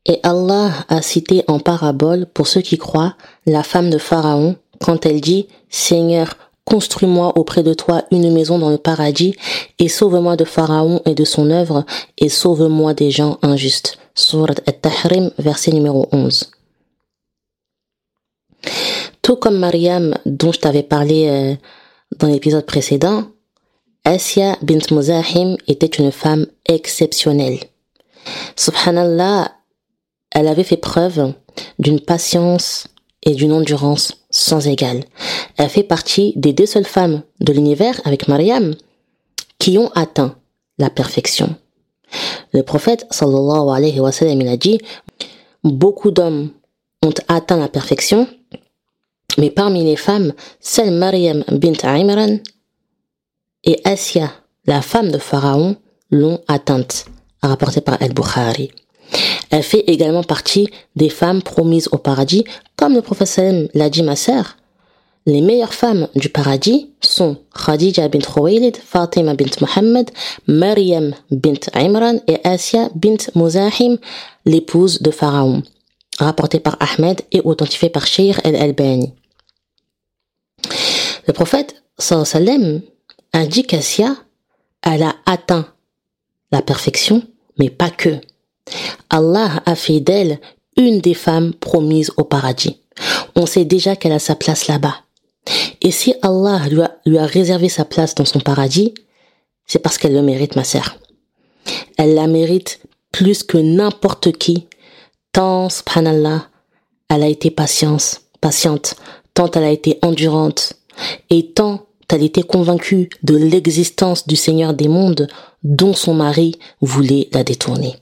Et Allah a cité en parabole, pour ceux qui croient, la femme de Pharaon, quand elle dit « Seigneur, construis-moi auprès de toi une maison dans le paradis, et sauve-moi de Pharaon et de son œuvre, et sauve-moi des gens injustes. » Sourate At-Tahrim, verset numéro 11. Tout comme Mariam, dont je t'avais parlé dans l'épisode précédent, Asya bint Muzahim était une femme exceptionnelle. Subhanallah, elle avait fait preuve d'une patience et d'une endurance sans égale. Elle fait partie des 2 seules femmes de l'univers, avec Mariam, qui ont atteint la perfection. Le prophète, sallallahu alayhi wa sallam, il a dit, beaucoup d'hommes ont atteint la perfection, mais parmi les femmes, seule Mariam bint Imran et Asya, la femme de Pharaon, l'ont atteinte, rapporté par Al-Bukhari. Elle fait également partie des femmes promises au paradis, comme le prophète sallam l'a dit, ma sœur. Les meilleures femmes du paradis sont Khadija bint Khuwaylid, Fatima bint Muhammad, Maryam bint Imran et Asya bint Muzahim, l'épouse de Pharaon, rapporté par Ahmed et authentifié par Sheikh al-Albani. Le prophète sallallahu alayhi wa sallam a dit qu'Asya, elle a atteint la perfection, mais pas que. Allah a fait d'elle une des femmes promises au paradis. On sait déjà qu'elle a sa place là-bas. Et si Allah lui a réservé sa place dans son paradis, c'est parce qu'elle le mérite, ma sœur. Elle la mérite plus que n'importe qui, tant, subhanallah, elle a été patiente, tant elle a été endurante, et tant elle était convaincue de l'existence du Seigneur des mondes dont son mari voulait la détourner.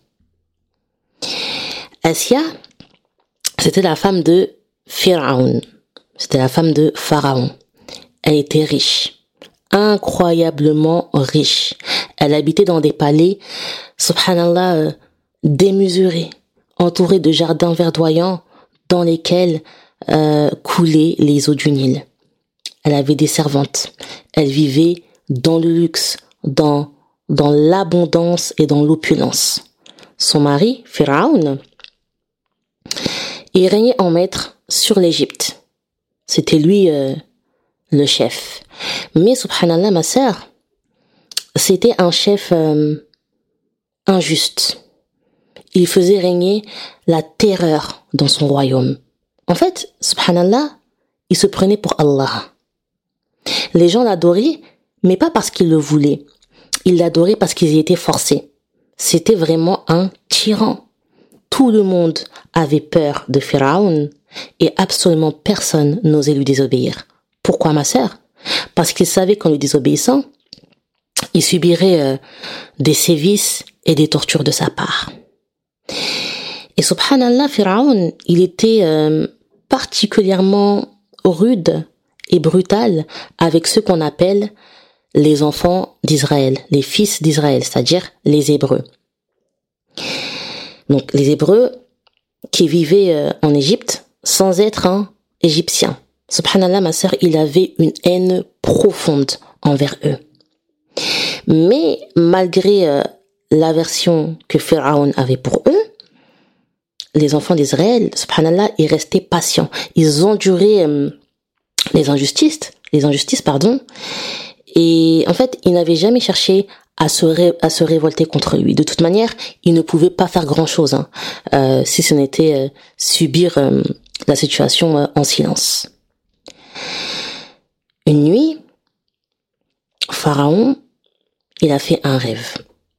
Asya, c'était la femme de Pharaon. C'était la femme de Pharaon. Elle était riche, incroyablement riche. Elle habitait dans des palais, subhanallah, démesurés, entourés de jardins verdoyants dans lesquels coulaient les eaux du Nil. Elle avait des servantes. Elle vivait dans le luxe, dans l'abondance et dans l'opulence. Son mari, Pharaon, il régnait en maître sur l'Égypte. C'était lui le chef. Mais subhanallah, ma sœur, c'était un chef injuste. Il faisait régner la terreur dans son royaume. En fait, subhanallah, il se prenait pour Allah. Les gens l'adoraient, mais pas parce qu'ils le voulaient. Ils l'adoraient parce qu'ils y étaient forcés. C'était vraiment un tyran. Tout le monde avait peur de Pharaon et absolument personne n'osait lui désobéir. Pourquoi, ma sœur? Parce qu'il savait qu'en lui désobéissant, il subirait des sévices et des tortures de sa part. Et subhanallah, Pharaon, il était particulièrement rude et brutal avec ceux qu'on appelle les enfants d'Israël, les fils d'Israël, c'est-à-dire les Hébreux. Donc les Hébreux qui vivaient en Égypte sans être un Égyptien. Subhanallah, ma sœur, il avait une haine profonde envers eux. Mais malgré l'aversion que Pharaon avait pour eux, les enfants d'Israël, subhanallah, ils restaient patients. Ils enduraient les injustices, et en fait, ils n'avaient jamais cherché à se révolter contre lui. De toute manière, ils ne pouvaient pas faire grand-chose, si ce n'était subir la situation en silence. Une nuit, Pharaon, il a fait un rêve.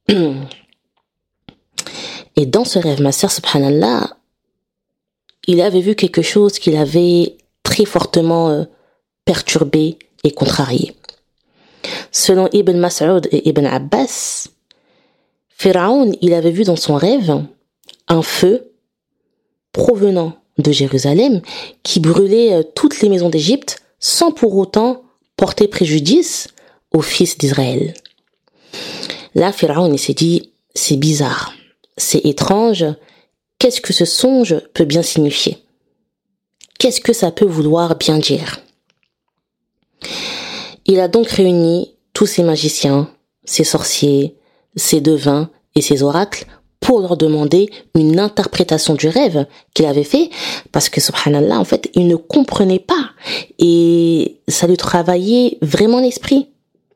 Et dans ce rêve, ma sœur, subhanallah, il avait vu quelque chose qui l'avait très fortement perturbé et contrarié. Selon Ibn Mas'ud et Ibn Abbas, Pharaon, il avait vu dans son rêve un feu provenant de Jérusalem qui brûlait toutes les maisons d'Égypte sans pour autant porter préjudice aux fils d'Israël. Là, Pharaon, il s'est dit, c'est bizarre, c'est étrange, qu'est-ce que ce songe peut bien signifier? Qu'est-ce que ça peut vouloir bien dire? Il a donc réuni tous ses magiciens, ses sorciers, ses devins et ses oracles pour leur demander une interprétation du rêve qu'il avait fait, parce que subhanallah, en fait, il ne comprenait pas et ça lui travaillait vraiment l'esprit.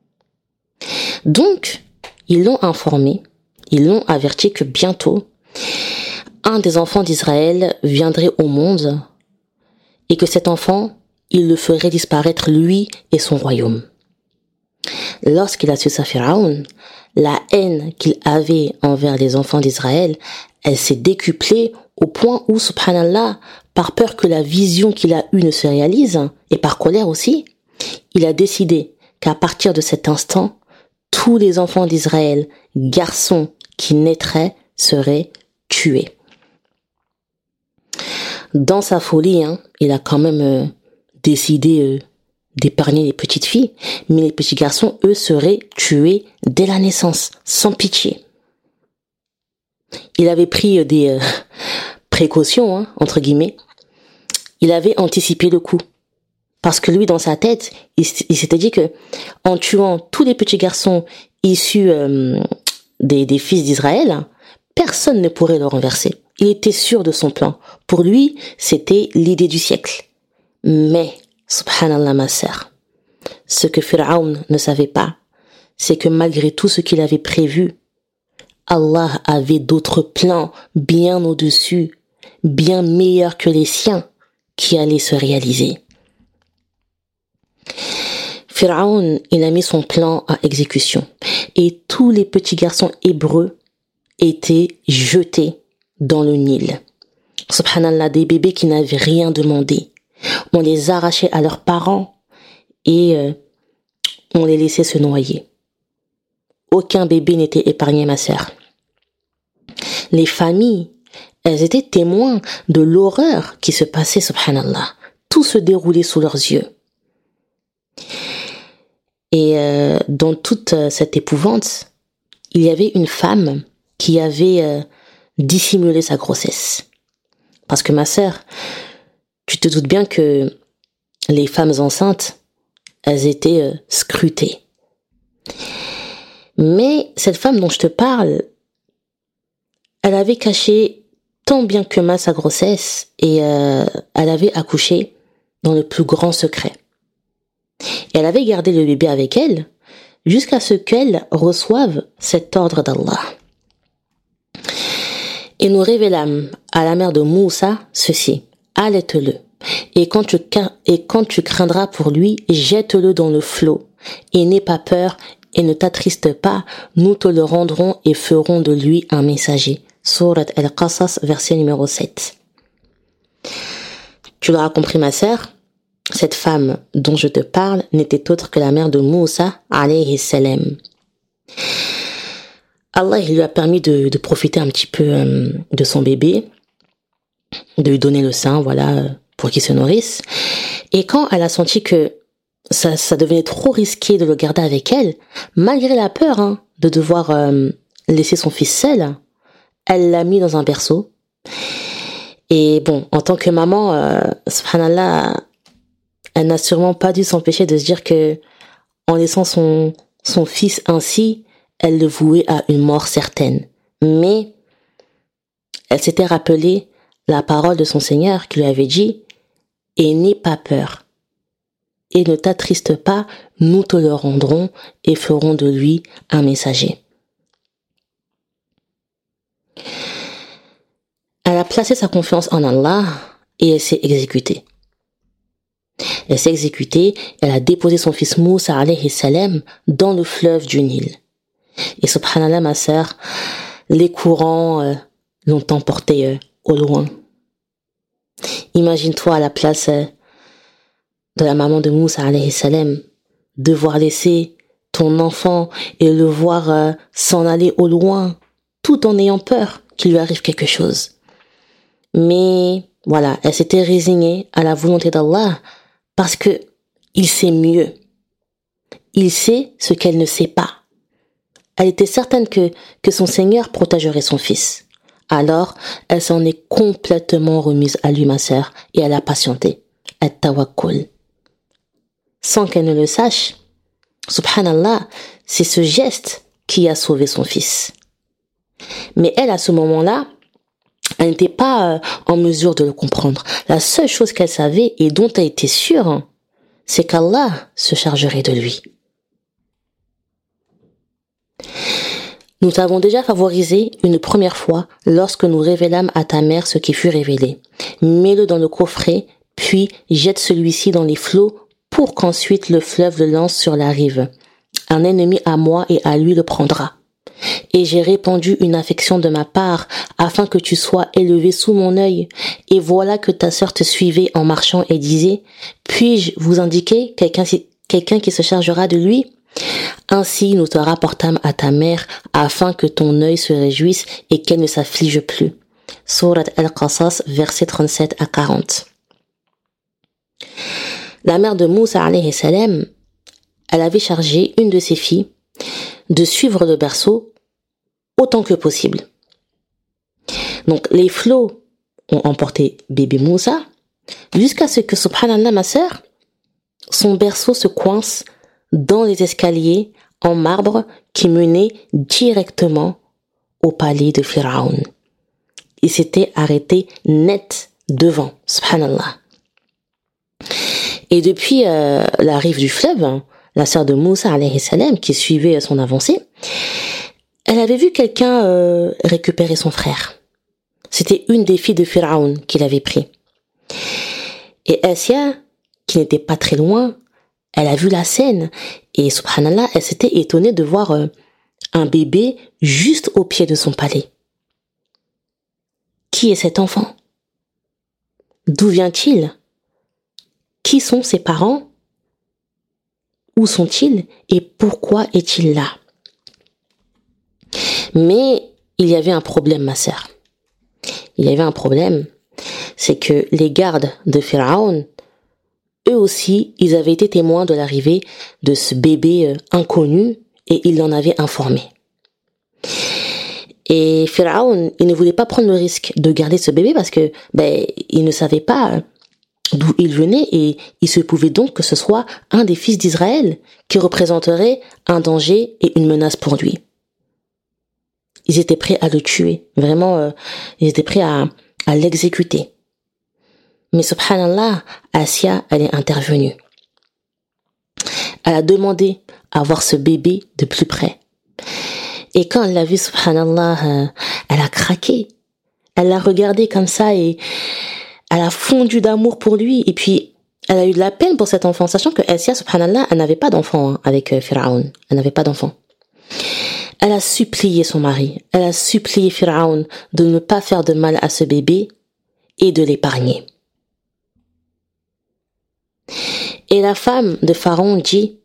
Donc, ils l'ont informé, ils l'ont averti que bientôt, un des enfants d'Israël viendrait au monde et que cet enfant, il le ferait disparaître lui et son royaume. Lorsqu'il a su ça, Pharaon, la haine qu'il avait envers les enfants d'Israël, elle s'est décuplée au point où, subhanallah, par peur que la vision qu'il a eue ne se réalise, et par colère aussi, il a décidé qu'à partir de cet instant, tous les enfants d'Israël, garçons qui naîtraient, seraient tués. Dans sa folie, il a quand même décidé d'épargner les petites filles, mais les petits garçons, eux, seraient tués dès la naissance, sans pitié. Il avait pris des précautions, entre guillemets. Il avait anticipé le coup. Parce que lui, dans sa tête, il s'était dit que en tuant tous les petits garçons issus des fils d'Israël, personne ne pourrait le renverser. Il était sûr de son plan. Pour lui, c'était l'idée du siècle. Mais, subhanallah ma sœur, ce que Pharaon ne savait pas, c'est que malgré tout ce qu'il avait prévu, Allah avait d'autres plans bien au-dessus, bien meilleurs que les siens, qui allaient se réaliser. Pharaon, il a mis son plan à exécution et tous les petits garçons hébreux étaient jetés dans le Nil. Subhanallah, des bébés qui n'avaient rien demandé. On les arrachait à leurs parents et on les laissait se noyer. Aucun bébé n'était épargné, ma sœur. Les familles, elles étaient témoins de l'horreur qui se passait, subhanallah. Tout se déroulait sous leurs yeux. Et dans toute cette épouvante, il y avait une femme qui avait dissimulé sa grossesse. Parce que ma sœur, tu te doutes bien que les femmes enceintes, elles étaient scrutées. Mais cette femme dont je te parle, elle avait caché tant bien que mal sa grossesse et elle avait accouché dans le plus grand secret. Et elle avait gardé le bébé avec elle jusqu'à ce qu'elle reçoive cet ordre d'Allah. Et nous révélâmes à la mère de Moussa ceci: allaite-le, et quand tu craindras pour lui, jette-le dans le flot, et n'aie pas peur et ne t'attriste pas, nous te le rendrons et ferons de lui un messager. Surat Al-Qasas, verset numéro 7. Tu l'auras compris, ma sœur, cette femme dont je te parle n'était autre que la mère de Moussa, alayhi salam. Allah, il lui a permis de profiter un petit peu de son bébé, de lui donner le sein, voilà, pour qu'il se nourrisse. Et quand elle a senti que ça devenait trop risqué de le garder avec elle, malgré la peur de devoir laisser son fils seul, elle l'a mis dans un berceau. Et bon, en tant que maman, subhanallah, elle n'a sûrement pas dû s'empêcher de se dire que en laissant son fils ainsi, elle le vouait à une mort certaine. Mais elle s'était rappelé la parole de son Seigneur qui lui avait dit « Et n'aie pas peur, et ne t'attriste pas, nous te le rendrons et ferons de lui un messager. » Elle a placé sa confiance en Allah et elle s'est exécutée. Elle a déposé son fils Moussa alayhi salam dans le fleuve du Nil. Et subhanallah, ma sœur, les courants l'ont emporté au loin. Imagine-toi à la place de la maman de Moussa alayhi salam, devoir laisser ton enfant et le voir s'en aller au loin, tout en ayant peur qu'il lui arrive quelque chose. Mais voilà, elle s'était résignée à la volonté d'Allah parce que il sait mieux. Il sait ce qu'elle ne sait pas. Elle était certaine que son Seigneur protégerait son fils. Alors, elle s'en est complètement remise à lui, ma sœur, et elle a patienté. At-tawakkul. Sans qu'elle ne le sache, subhanallah, c'est ce geste qui a sauvé son fils. Mais elle, à ce moment-là, elle n'était pas en mesure de le comprendre. La seule chose qu'elle savait et dont elle était sûre, c'est qu'Allah se chargerait de lui. Nous t'avons déjà favorisé une première fois lorsque nous révélâmes à ta mère ce qui fut révélé. Mets-le dans le coffret, puis jette celui-ci dans les flots pour qu'ensuite le fleuve le lance sur la rive. Un ennemi à moi et à lui le prendra. Et j'ai répandu une affection de ma part afin que tu sois élevé sous mon œil. Et voilà que ta sœur te suivait en marchant et disait, puis-je vous indiquer quelqu'un qui se chargera de lui? Ainsi nous te rapportâmes à ta mère afin que ton œil se réjouisse et qu'elle ne s'afflige plus. Surat Al-Qasas, versets 37 à 40. La mère de Moussa alayhi salam, elle avait chargé une de ses filles de suivre le berceau autant que possible. Donc les flots ont emporté bébé Moussa jusqu'à ce que, subhanallah ma sœur, son berceau se coince dans les escaliers en marbre qui menaient directement au palais de Pharaon. Il s'était arrêté net devant, subhanallah. Et depuis la rive du fleuve, la sœur de Moussa alayhi salam, qui suivait son avancée, elle avait vu quelqu'un récupérer son frère. C'était une des filles de Pharaon qui l'avait pris. Et Assia, qui n'était pas très loin, elle a vu la scène et subhanallah, elle s'était étonnée de voir un bébé juste au pied de son palais. Qui est cet enfant? D'où vient-il? Qui sont ses parents? Où sont-ils et pourquoi est-il là? Mais il y avait un problème, ma sœur. Il y avait un problème, c'est que les gardes de Pharaon, eux aussi, ils avaient été témoins de l'arrivée de ce bébé inconnu et ils l'en avaient informé. Et Pharaon, il ne voulait pas prendre le risque de garder ce bébé parce que il ne savait pas d'où il venait et il se pouvait donc que ce soit un des fils d'Israël qui représenterait un danger et une menace pour lui. Ils étaient prêts à le tuer, vraiment, ils étaient prêts à l'exécuter. Mais subhanallah, Assia, elle est intervenue. Elle a demandé à voir ce bébé de plus près. Et quand elle l'a vu, subhanallah, elle a craqué. Elle l'a regardé comme ça et elle a fondu d'amour pour lui. Et puis, elle a eu de la peine pour cet enfant, sachant que Assia, subhanallah, elle n'avait pas d'enfant avec Pharaon. Elle n'avait pas d'enfant. Elle a supplié son mari, elle a supplié Pharaon de ne pas faire de mal à ce bébé et de l'épargner. Et la femme de Pharaon dit,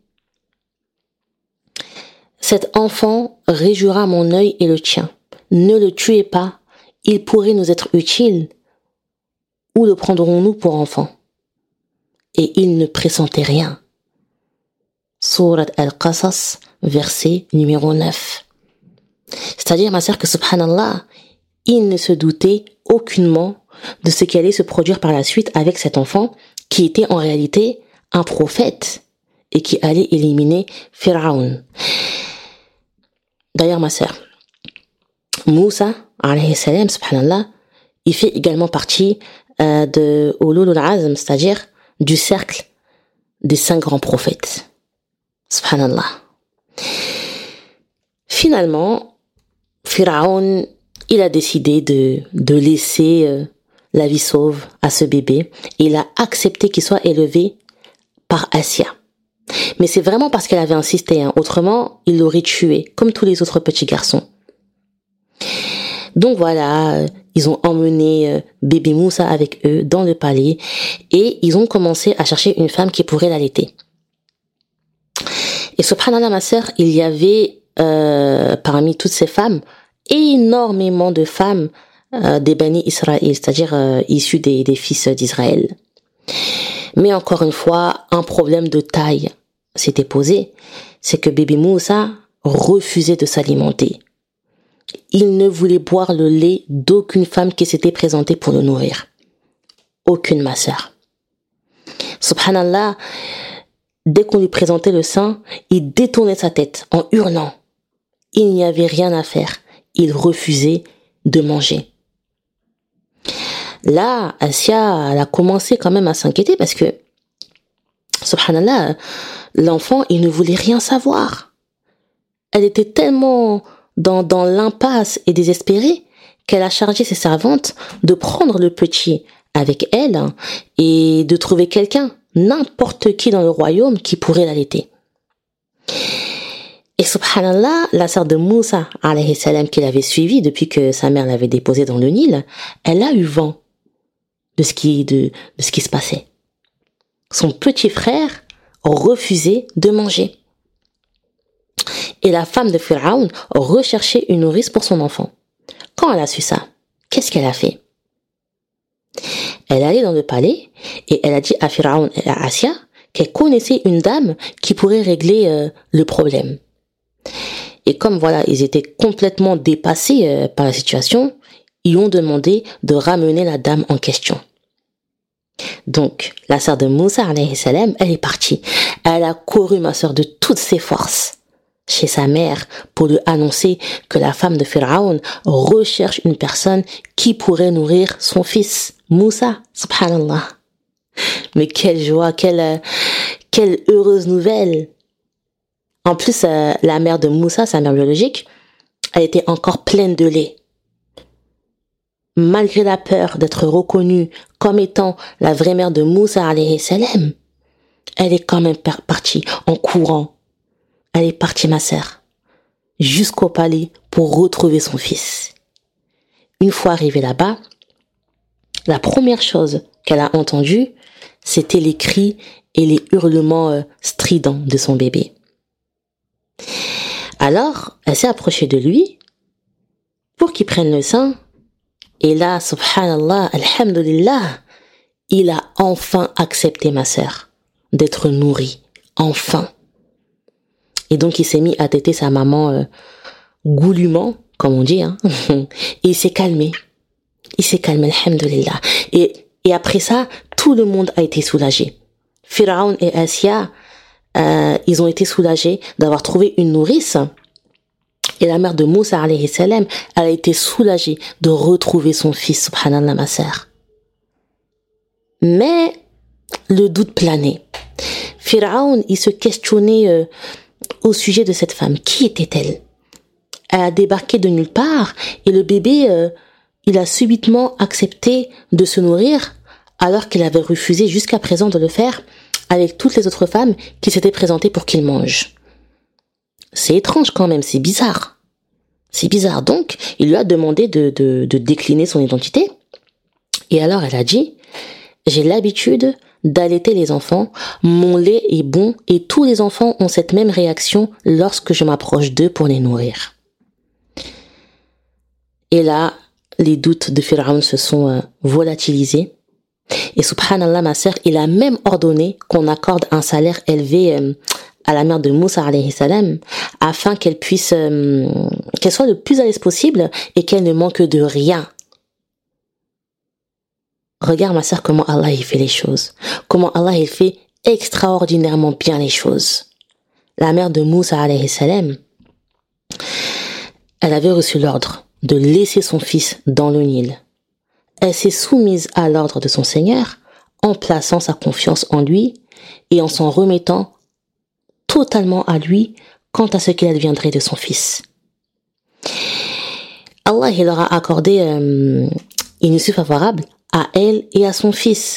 cet enfant réjouira mon œil et le tien. Ne le tuez pas, il pourrait nous être utile. Où le prendrons-nous pour enfant? Et il ne pressentait rien. Surat Al-Qasas, verset numéro 9. C'est-à-dire, ma sœur, que subhanallah, il ne se doutait aucunement de ce qui allait se produire par la suite avec cet enfant qui était en réalité un prophète et qui allait éliminer Pharaon. D'ailleurs, ma sœur, Moussa, alayhi salam, subhanallah, il fait également partie de Ulul al-Azm, c'est-à-dire du cercle des 5 grands prophètes. Subhanallah. Finalement, Pharaon, il a décidé de laisser la vie sauve à ce bébé et il a accepté qu'il soit élevé par Assia. Mais c'est vraiment parce qu'elle avait insisté, hein. Autrement, il l'aurait tué, comme tous les autres petits garçons. Donc voilà, ils ont emmené bébé Moussa avec eux dans le palais et ils ont commencé à chercher une femme qui pourrait l'allaiter. Et subhanallah, ma sœur, il y avait parmi toutes ces femmes énormément de femmes des Bani Israël, c'est-à-dire issues des fils d'Israël. Mais encore une fois, un problème de taille s'était posé, c'est que bébé Moussa refusait de s'alimenter. Il ne voulait boire le lait d'aucune femme qui s'était présentée pour le nourrir. Aucune, ma sœur. Subhanallah, dès qu'on lui présentait le sein, il détournait sa tête en hurlant. Il n'y avait rien à faire. il refusait de manger. Là, Assia, elle a commencé quand même à s'inquiéter parce que, subhanallah, l'enfant, il ne voulait rien savoir. Elle était tellement dans l'impasse et désespérée qu'elle a chargé ses servantes de prendre le petit avec elle et de trouver quelqu'un, n'importe qui dans le royaume qui pourrait l'allaiter. Et subhanallah, la sœur de Moussa, alayhi salam, qui l'avait suivie depuis que sa mère l'avait déposée dans le Nil, elle a eu vent de ce qui se passait. Son petit frère refusait de manger. Et la femme de Pharaon recherchait une nourrice pour son enfant. Quand elle a su ça, qu'est-ce qu'elle a fait? Elle est allée dans le palais et elle a dit à Pharaon et à Assia qu'elle connaissait une dame qui pourrait régler le problème. Et comme voilà, ils étaient complètement dépassés par la situation, ils ont demandé de ramener la dame en question. Donc, la sœur de Moussa, alayhi salam, elle est partie. Elle a couru, ma sœur, de toutes ses forces chez sa mère pour lui annoncer que la femme de Pharaon recherche une personne qui pourrait nourrir son fils, Moussa, subhanallah. Mais quelle joie, quelle heureuse nouvelle. En plus, la mère de Moussa, sa mère biologique, elle était encore pleine de lait. Malgré la peur d'être reconnue comme étant la vraie mère de Moussa, alayhi salam, elle est quand même partie en courant. Elle est partie, ma sœur, jusqu'au palais pour retrouver son fils. Une fois arrivée là-bas, la première chose qu'elle a entendue, c'était les cris et les hurlements stridents de son bébé. Alors, elle s'est approchée de lui pour qu'il prenne le sein. Et là, subhanallah, alhamdulillah, il a enfin accepté, ma sœur, d'être nourri. Enfin. Et donc, il s'est mis à téter sa maman goulûment, comme on dit, hein. Et il s'est calmé. Il s'est calmé, alhamdulillah. Et après ça, tout le monde a été soulagé. Pharaon et Assia, ils ont été soulagés d'avoir trouvé une nourrice. Et la mère de Moussa, alayhi salam, elle a été soulagée de retrouver son fils, subhanallah, ma sœur. Mais le doute planait. Pharaon, il se questionnait au sujet de cette femme. Qui était-elle? Elle a débarqué de nulle part et le bébé, il a subitement accepté de se nourrir alors qu'il avait refusé jusqu'à présent de le faire avec toutes les autres femmes qui s'étaient présentées pour qu'il mange. C'est étrange quand même, c'est bizarre. C'est bizarre. Donc, il lui a demandé de décliner son identité. Et alors, elle a dit, j'ai l'habitude d'allaiter les enfants, mon lait est bon et tous les enfants ont cette même réaction lorsque je m'approche d'eux pour les nourrir. Et là, les doutes de Pharaon se sont volatilisés. Et subhanallah, ma sœur, il a même ordonné qu'on accorde un salaire élevé à la mère de Moussa, alayhi salam, afin qu'elle puisse, qu'elle soit le plus à l'aise possible et qu'elle ne manque de rien. Regarde, ma sœur, comment Allah il fait les choses. Comment Allah il fait extraordinairement bien les choses. La mère de Moussa, alayhi salam, elle avait reçu l'ordre de laisser son fils dans le Nil. Elle s'est soumise à l'ordre de son Seigneur en plaçant sa confiance en lui et en s'en remettant totalement à lui quant à ce qu'il adviendrait de son fils. Allah il leur a accordé une issue favorable à elle et à son fils.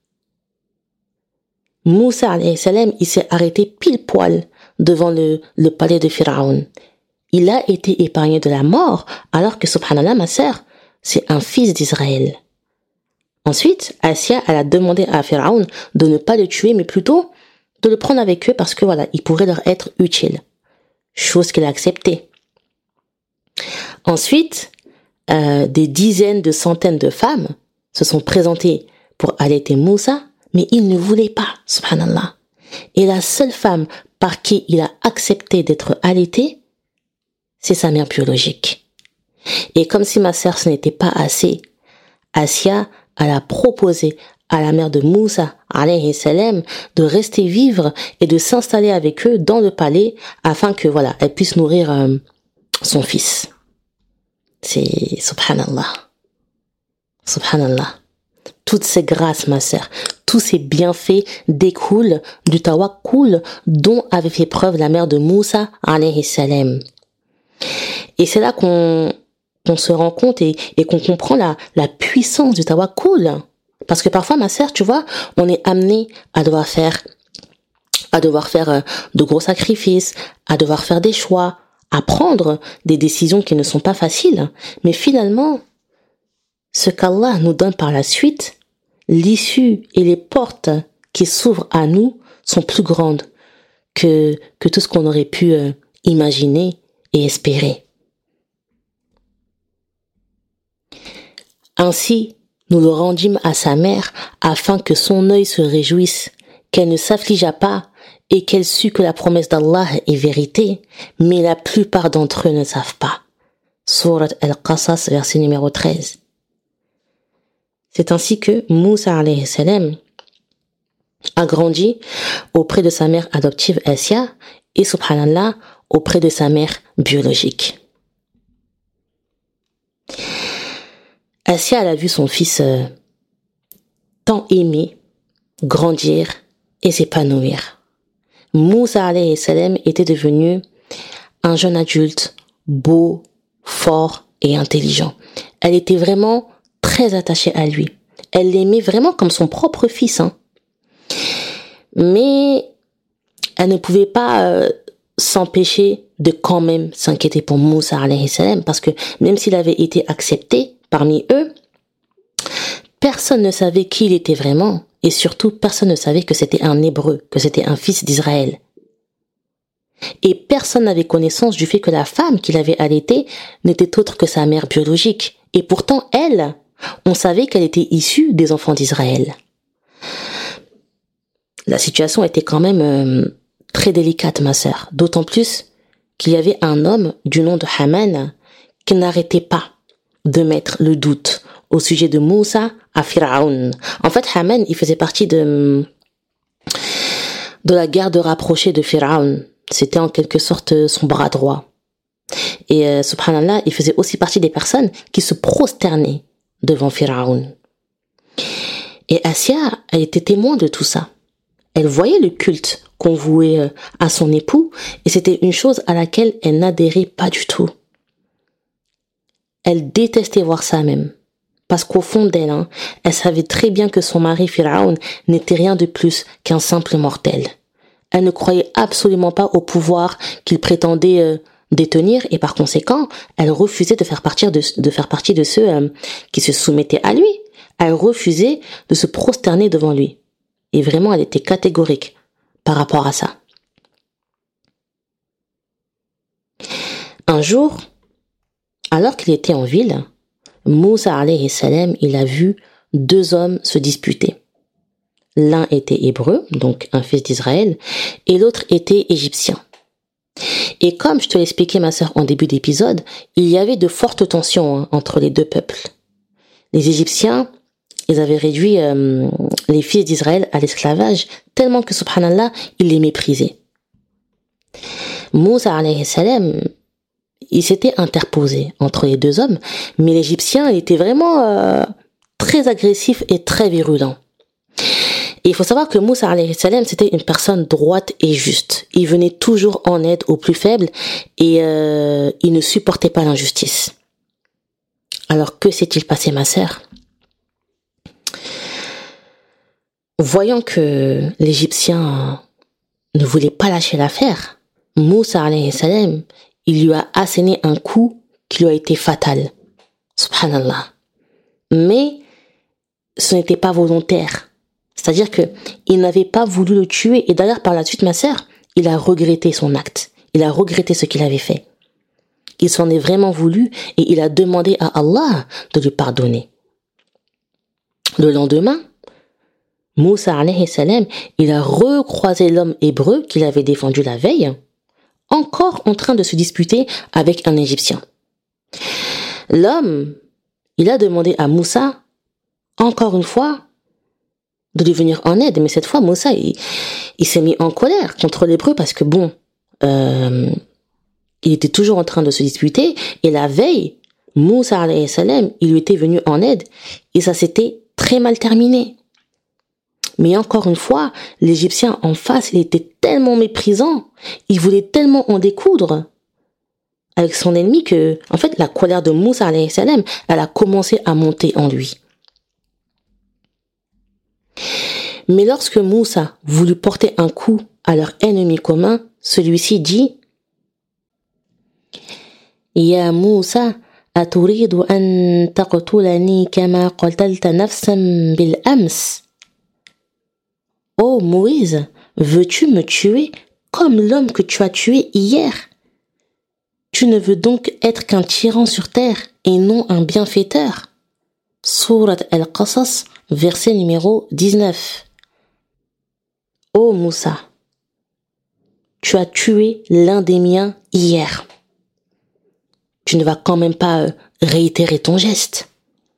Moussa alayhi salam, il s'est arrêté pile poil devant le palais de Pharaon. Il a été épargné de la mort alors que subhanallah, ma sœur, c'est un fils d'Israël. Ensuite, Assia, elle a demandé à Pharaon de ne pas le tuer, mais plutôt de le prendre avec eux parce que voilà, il pourrait leur être utile. Chose qu'il a acceptée. Ensuite, des dizaines de centaines de femmes se sont présentées pour allaiter Moussa, mais il ne voulait pas, subhanallah. Et la seule femme par qui il a accepté d'être allaité, c'est sa mère biologique. Et comme si ma sœur ce n'était pas assez, Assia, elle a proposé à la mère de Moussa, alayhi salam, de rester vivre et de s'installer avec eux dans le palais afin que voilà, elle puisse nourrir son fils. C'est subhanallah. Subhanallah. Toutes ces grâces, ma sœur, tous ces bienfaits découlent du tawakkul dont avait fait preuve la mère de Moussa, alayhi salam. Et c'est là qu'on se rend compte et qu'on comprend la puissance du tawakkul. Parce que parfois, ma sœur, tu vois, on est amené à devoir faire de gros sacrifices, à devoir faire des choix, à prendre des décisions qui ne sont pas faciles. Mais finalement, ce qu'Allah nous donne par la suite, l'issue et les portes qui s'ouvrent à nous sont plus grandes que tout ce qu'on aurait pu imaginer et espérer. Ainsi, nous le rendîmes à sa mère afin que son œil se réjouisse, qu'elle ne s'affligeât pas et qu'elle sût que la promesse d'Allah est vérité, mais la plupart d'entre eux ne savent pas. Sourate Al-Qasas, verset numéro 13. C'est ainsi que Moussa alayhi salam a grandi auprès de sa mère adoptive Assia et subhanallah auprès de sa mère biologique. Assia, elle a vu son fils tant aimé grandir et s'épanouir. Moussa alayhi salam était devenu un jeune adulte beau, fort et intelligent. Elle était vraiment très attachée à lui. Elle l'aimait vraiment comme son propre fils. Mais elle ne pouvait pas s'empêcher de quand même s'inquiéter pour Moussa alayhi salam parce que même s'il avait été accepté parmi eux, personne ne savait qui il était vraiment et surtout personne ne savait que c'était un Hébreu, que c'était un fils d'Israël. Et personne n'avait connaissance du fait que la femme qu'il avait allaitée n'était autre que sa mère biologique. Et pourtant, elle, on savait qu'elle était issue des enfants d'Israël. La situation était quand même très délicate, ma sœur. D'autant plus qu'il y avait un homme du nom de Haman qui n'arrêtait pas de mettre le doute au sujet de Moussa à Pharaon. En fait, Haman, il faisait partie de la garde rapprochée de Pharaon. C'était en quelque sorte son bras droit. Et subhanallah, il faisait aussi partie des personnes qui se prosternaient devant Pharaon. Et Assia a été témoin de tout ça. Elle voyait le culte qu'on vouait à son époux et c'était une chose à laquelle elle n'adhérait pas du tout. Elle détestait voir ça même. Parce qu'au fond d'elle, elle savait très bien que son mari Pharaon n'était rien de plus qu'un simple mortel. Elle ne croyait absolument pas au pouvoir qu'il prétendait détenir et par conséquent, elle refusait de faire partie de ceux qui se soumettaient à lui. Elle refusait de se prosterner devant lui. Et vraiment, elle était catégorique par rapport à ça. Un jour, alors qu'il était en ville, Moussa alayhi salam, il a vu deux hommes se disputer. L'un était hébreu, donc un fils d'Israël, et l'autre était égyptien. Et comme je te l'ai expliqué, ma sœur, en début d'épisode, il y avait de fortes tensions entre les deux peuples. Les Égyptiens, ils avaient réduit les fils d'Israël à l'esclavage, tellement que, subhanallah, ils les méprisaient. Moussa alayhi salam, il s'était interposé entre les deux hommes, mais l'Égyptien, il était vraiment très agressif et très virulent. Et il faut savoir que Moussa alayhi salam, c'était une personne droite et juste. Il venait toujours en aide aux plus faibles et il ne supportait pas l'injustice. Alors que s'est-il passé, ma sœur? Voyant que l'Égyptien ne voulait pas lâcher l'affaire, Moussa alayhi salam, il lui a asséné un coup qui lui a été fatal. Subhanallah. Mais ce n'était pas volontaire. C'est-à-dire que il n'avait pas voulu le tuer. Et d'ailleurs, par la suite, ma sœur, il a regretté son acte. Il a regretté ce qu'il avait fait. Il s'en est vraiment voulu et il a demandé à Allah de lui pardonner. Le lendemain, Moussa alayhi salam, il a recroisé l'homme hébreu qu'il avait défendu la veille, encore en train de se disputer avec un Égyptien. L'homme, il a demandé à Moussa, encore une fois, de lui venir en aide. Mais cette fois, Moussa, il s'est mis en colère contre l'hébreu parce que il était toujours en train de se disputer. Et la veille, Moussa alayhi salam, il lui était venu en aide et ça s'était très mal terminé. Mais encore une fois, l'Égyptien en face, il était tellement méprisant, il voulait tellement en découdre avec son ennemi que, en fait, la colère de Moussa alayhi salam, elle a commencé à monter en lui. Mais lorsque Moussa voulut porter un coup à leur ennemi commun, celui-ci dit: Ya Moussa, aturidu an taqtulani kama qatalta nafsan bil ams? Oh Moïse, veux-tu me tuer comme l'homme que tu as tué hier? Tu ne veux donc être qu'un tyran sur terre et non un bienfaiteur. Surat Al-Qasas, verset numéro 19. Oh Moussa, tu as tué l'un des miens hier. Tu ne vas quand même pas réitérer ton geste.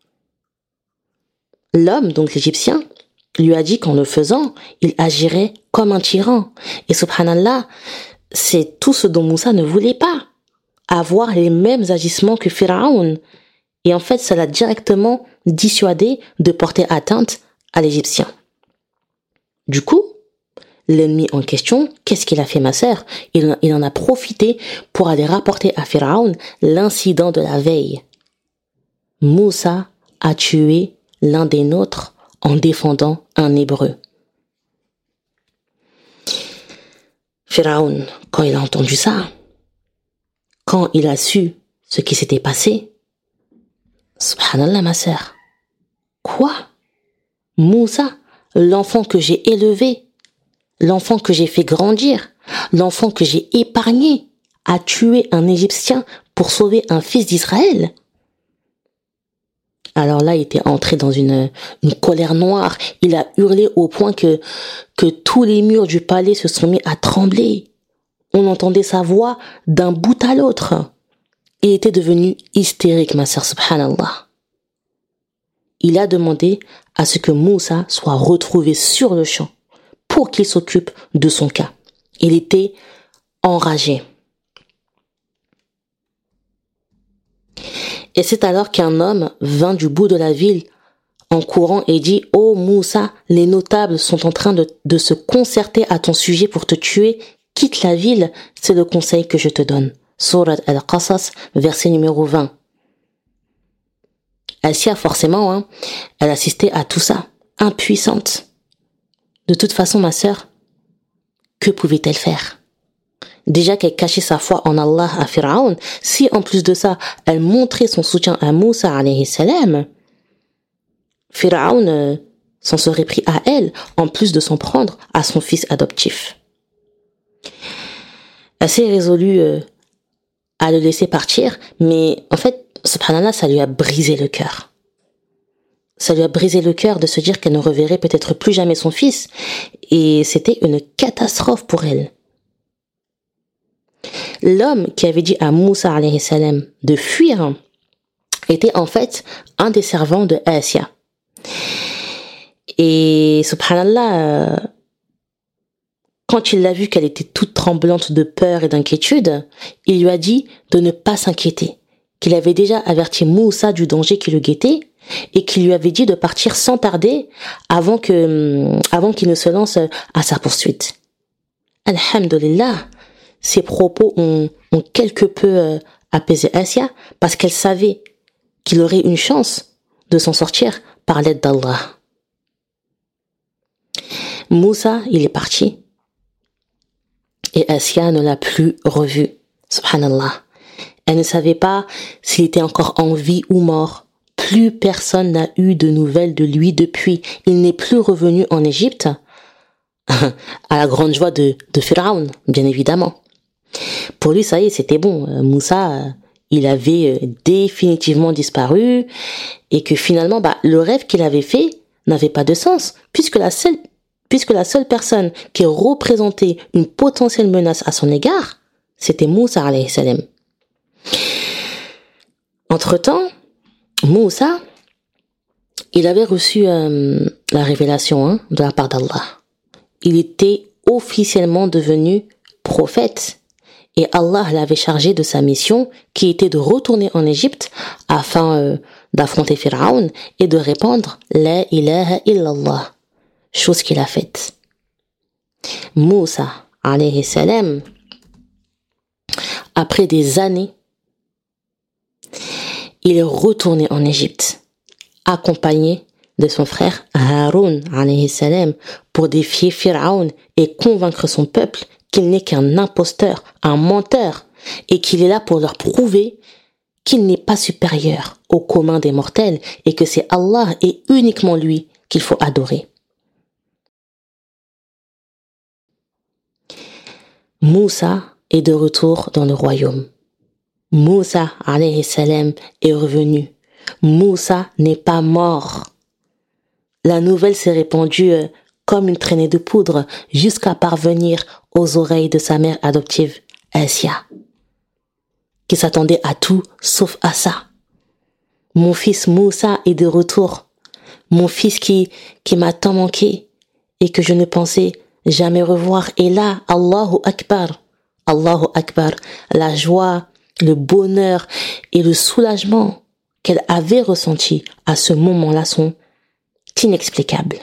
L'homme, donc l'Égyptien, lui a dit qu'en le faisant, il agirait comme un tyran. Et subhanallah, c'est tout ce dont Moussa ne voulait pas. Avoir les mêmes agissements que Pharaon. Et en fait, ça l'a directement dissuadé de porter atteinte à l'Égyptien. Du coup, l'ennemi en question, qu'est-ce qu'il a fait, ma sœur? Il en a profité pour aller rapporter à Pharaon l'incident de la veille. Moussa a tué l'un des nôtres en défendant un Hébreu. Pharaon, quand il a entendu ça, quand il a su ce qui s'était passé, subhanallah, ma sœur, quoi? Moussa, l'enfant que j'ai élevé, l'enfant que j'ai fait grandir, l'enfant que j'ai épargné, a tué un Égyptien pour sauver un fils d'Israël? Alors là, il était entré dans une colère noire. Il a hurlé au point que tous les murs du palais se sont mis à trembler. On entendait sa voix d'un bout à l'autre. Il était devenu hystérique, ma sœur, subhanallah. Il a demandé à ce que Moussa soit retrouvé sur le champ pour qu'il s'occupe de son cas. Il était enragé. Et c'est alors qu'un homme vint du bout de la ville en courant et dit: Oh Moussa, les notables sont en train de se concerter à ton sujet pour te tuer. Quitte la ville, c'est le conseil que je te donne. Surat Al-Qasas, verset numéro 20. Assia, forcément, elle assistait à tout ça, impuissante. De toute façon, ma sœur, que pouvait-elle faire? Déjà qu'elle cachait sa foi en Allah à Pharaon, si en plus de ça, elle montrait son soutien à Moussa alayhi salam, Pharaon s'en serait pris à elle, en plus de s'en prendre à son fils adoptif. Elle s'est résolue à le laisser partir, mais en fait, subhanallah, ça lui a brisé le cœur. Ça lui a brisé le cœur de se dire qu'elle ne reverrait peut-être plus jamais son fils, et c'était une catastrophe pour elle. L'homme qui avait dit à Moussa alayhi salam de fuir était en fait un des servants de Assia. Et subhanallah, quand il l'a vu qu'elle était toute tremblante de peur et d'inquiétude, il lui a dit de ne pas s'inquiéter, qu'il avait déjà averti Moussa du danger qui le guettait et qu'il lui avait dit de partir sans tarder avant qu'il ne se lance à sa poursuite. Alhamdulillah, ces propos ont quelque peu apaisé Assia parce qu'elle savait qu'il aurait une chance de s'en sortir par l'aide d'Allah. Moussa, il est parti et Assia ne l'a plus revu. Subhanallah. Elle ne savait pas s'il était encore en vie ou mort. Plus personne n'a eu de nouvelles de lui depuis. Il n'est plus revenu en Égypte, à la grande joie de Pharaon, bien évidemment. Pour lui, ça y est, c'était bon. Moussa, il avait définitivement disparu et que finalement, le rêve qu'il avait fait n'avait pas de sens puisque la seule personne qui représentait une potentielle menace à son égard, c'était Moussa alayhi salam. Entre-temps, Moussa, il avait reçu la révélation de la part d'Allah. Il était officiellement devenu prophète Et Allah l'avait chargé de sa mission qui était de retourner en Égypte afin d'affronter Pharaon et de répandre La ilaha illallah, chose qu'il a faite. Moussa, alayhi salam, après des années, il est retourné en Égypte, accompagné de son frère Haroun, alayhi salam, pour défier Pharaon et convaincre son peuple qu'il n'est qu'un imposteur, un menteur, et qu'il est là pour leur prouver qu'il n'est pas supérieur au commun des mortels et que c'est Allah et uniquement lui qu'il faut adorer. Moussa est de retour dans le royaume. Moussa, alayhi salam, est revenu. Moussa n'est pas mort. La nouvelle s'est répandue comme une traînée de poudre jusqu'à parvenir aux oreilles de sa mère adoptive, Assia, qui s'attendait à tout sauf à ça. Mon fils Moussa est de retour. Mon fils qui m'a tant manqué et que je ne pensais jamais revoir est là. Allahu Akbar. Allahu Akbar. La joie, le bonheur et le soulagement qu'elle avait ressenti à ce moment-là sont inexplicables.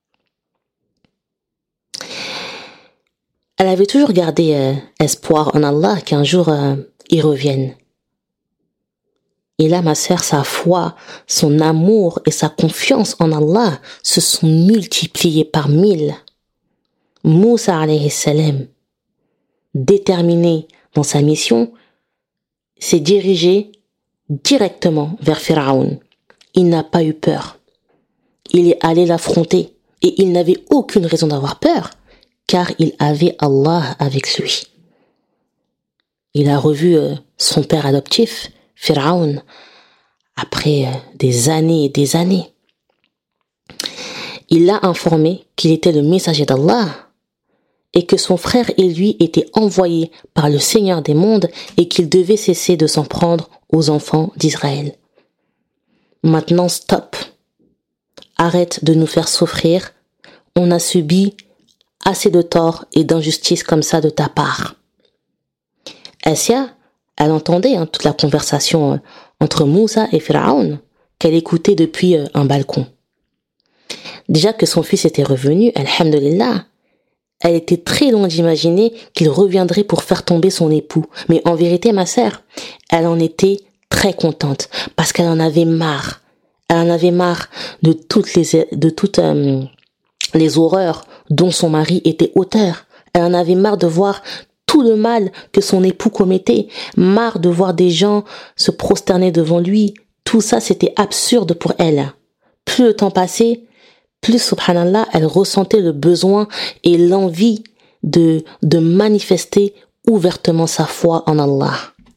Elle avait toujours gardé espoir en Allah qu'un jour il revienne. Et là, ma sœur, sa foi, son amour et sa confiance en Allah se sont multipliés par 1000. Moussa alayhi salam, déterminé dans sa mission, s'est dirigé directement vers Pharaon. Il n'a pas eu peur. Il est allé l'affronter et il n'avait aucune raison d'avoir peur car il avait Allah avec lui. Il a revu son père adoptif, Pharaon, après des années et des années. Il l'a informé qu'il était le messager d'Allah et que son frère et lui étaient envoyés par le Seigneur des mondes et qu'il devait cesser de s'en prendre aux enfants d'Israël. Maintenant, stop. Arrête de nous faire souffrir. On a subi assez de torts et d'injustices comme ça de ta part. Assia, elle entendait toute la conversation entre Moussa et Pharaon qu'elle écoutait depuis un balcon. Déjà que son fils était revenu, alhamdulillah, elle était très loin d'imaginer qu'il reviendrait pour faire tomber son époux. Mais en vérité, ma sœur, elle en était très contente parce qu'elle en avait marre. Elle en avait marre de toutes les horreurs dont son mari était auteur. Elle en avait marre de voir tout le mal que son époux commettait, marre de voir des gens se prosterner devant lui. Tout ça, c'était absurde pour elle. Plus le temps passait, plus, subhanallah, elle ressentait le besoin et l'envie de manifester ouvertement sa foi en Allah.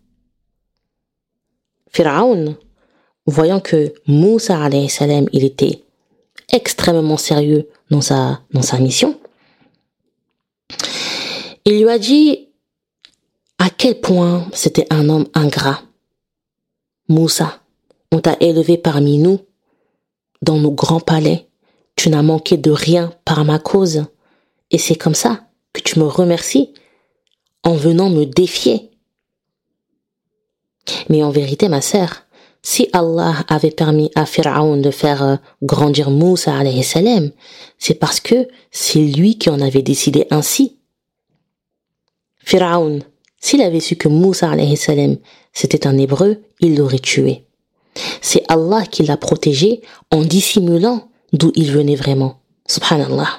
Pharaon, voyant que Moussa alayhi salam, il était extrêmement sérieux dans sa mission, il lui a dit à quel point c'était un homme ingrat. Moussa, on t'a élevé parmi nous, dans nos grands palais. Tu n'as manqué de rien par ma cause. Et c'est comme ça que tu me remercies en venant me défier. Mais en vérité, ma sœur, si Allah avait permis à Pharaon de faire grandir Moussa alayhi salam, c'est parce que c'est lui qui en avait décidé ainsi. Pharaon, s'il avait su que Moussa alayhi salam c'était un hébreu, il l'aurait tué. C'est Allah qui l'a protégé en dissimulant d'où il venait vraiment. Subhanallah.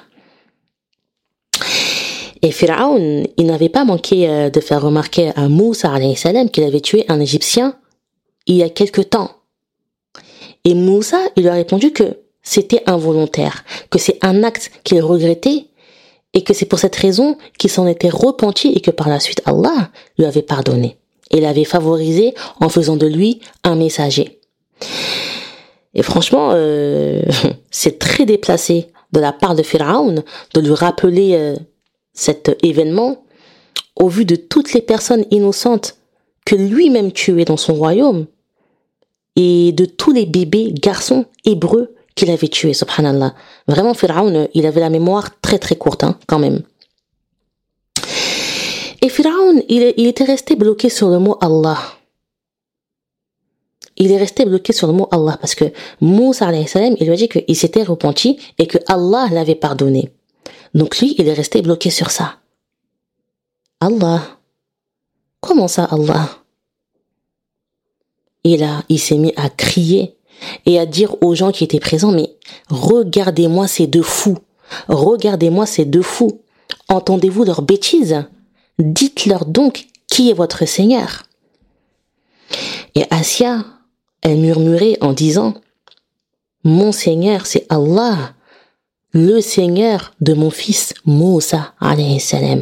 Et Pharaon, il n'avait pas manqué de faire remarquer à Moussa alayhi salam qu'il avait tué un Égyptien il y a quelque temps. Et Moussa, il lui a répondu que c'était involontaire, que c'est un acte qu'il regrettait et que c'est pour cette raison qu'il s'en était repenti et que par la suite Allah lui avait pardonné et l'avait favorisé en faisant de lui un messager. Et franchement, c'est très déplacé de la part de Pharaon de lui rappeler cet événement au vu de toutes les personnes innocentes que lui-même tuait dans son royaume et de tous les bébés garçons hébreux qu'il avait tués, subhanallah. Vraiment, Pharaon, il avait la mémoire très très courte, quand même. Et Pharaon, il était resté bloqué sur le mot Allah. Il est resté bloqué sur le mot Allah parce que Moussa alayhi salam, il lui a dit qu'il s'était repenti et que Allah l'avait pardonné. Donc lui, il est resté bloqué sur ça. Allah. Comment ça, Allah? Il s'est mis à crier et à dire aux gens qui étaient présents, mais regardez-moi ces deux fous. Regardez-moi ces deux fous. Entendez-vous leurs bêtises? Dites-leur donc qui est votre Seigneur. Et Assia, elle murmurait en disant, mon Seigneur, c'est Allah, le Seigneur de mon fils Moussa alayhi salam.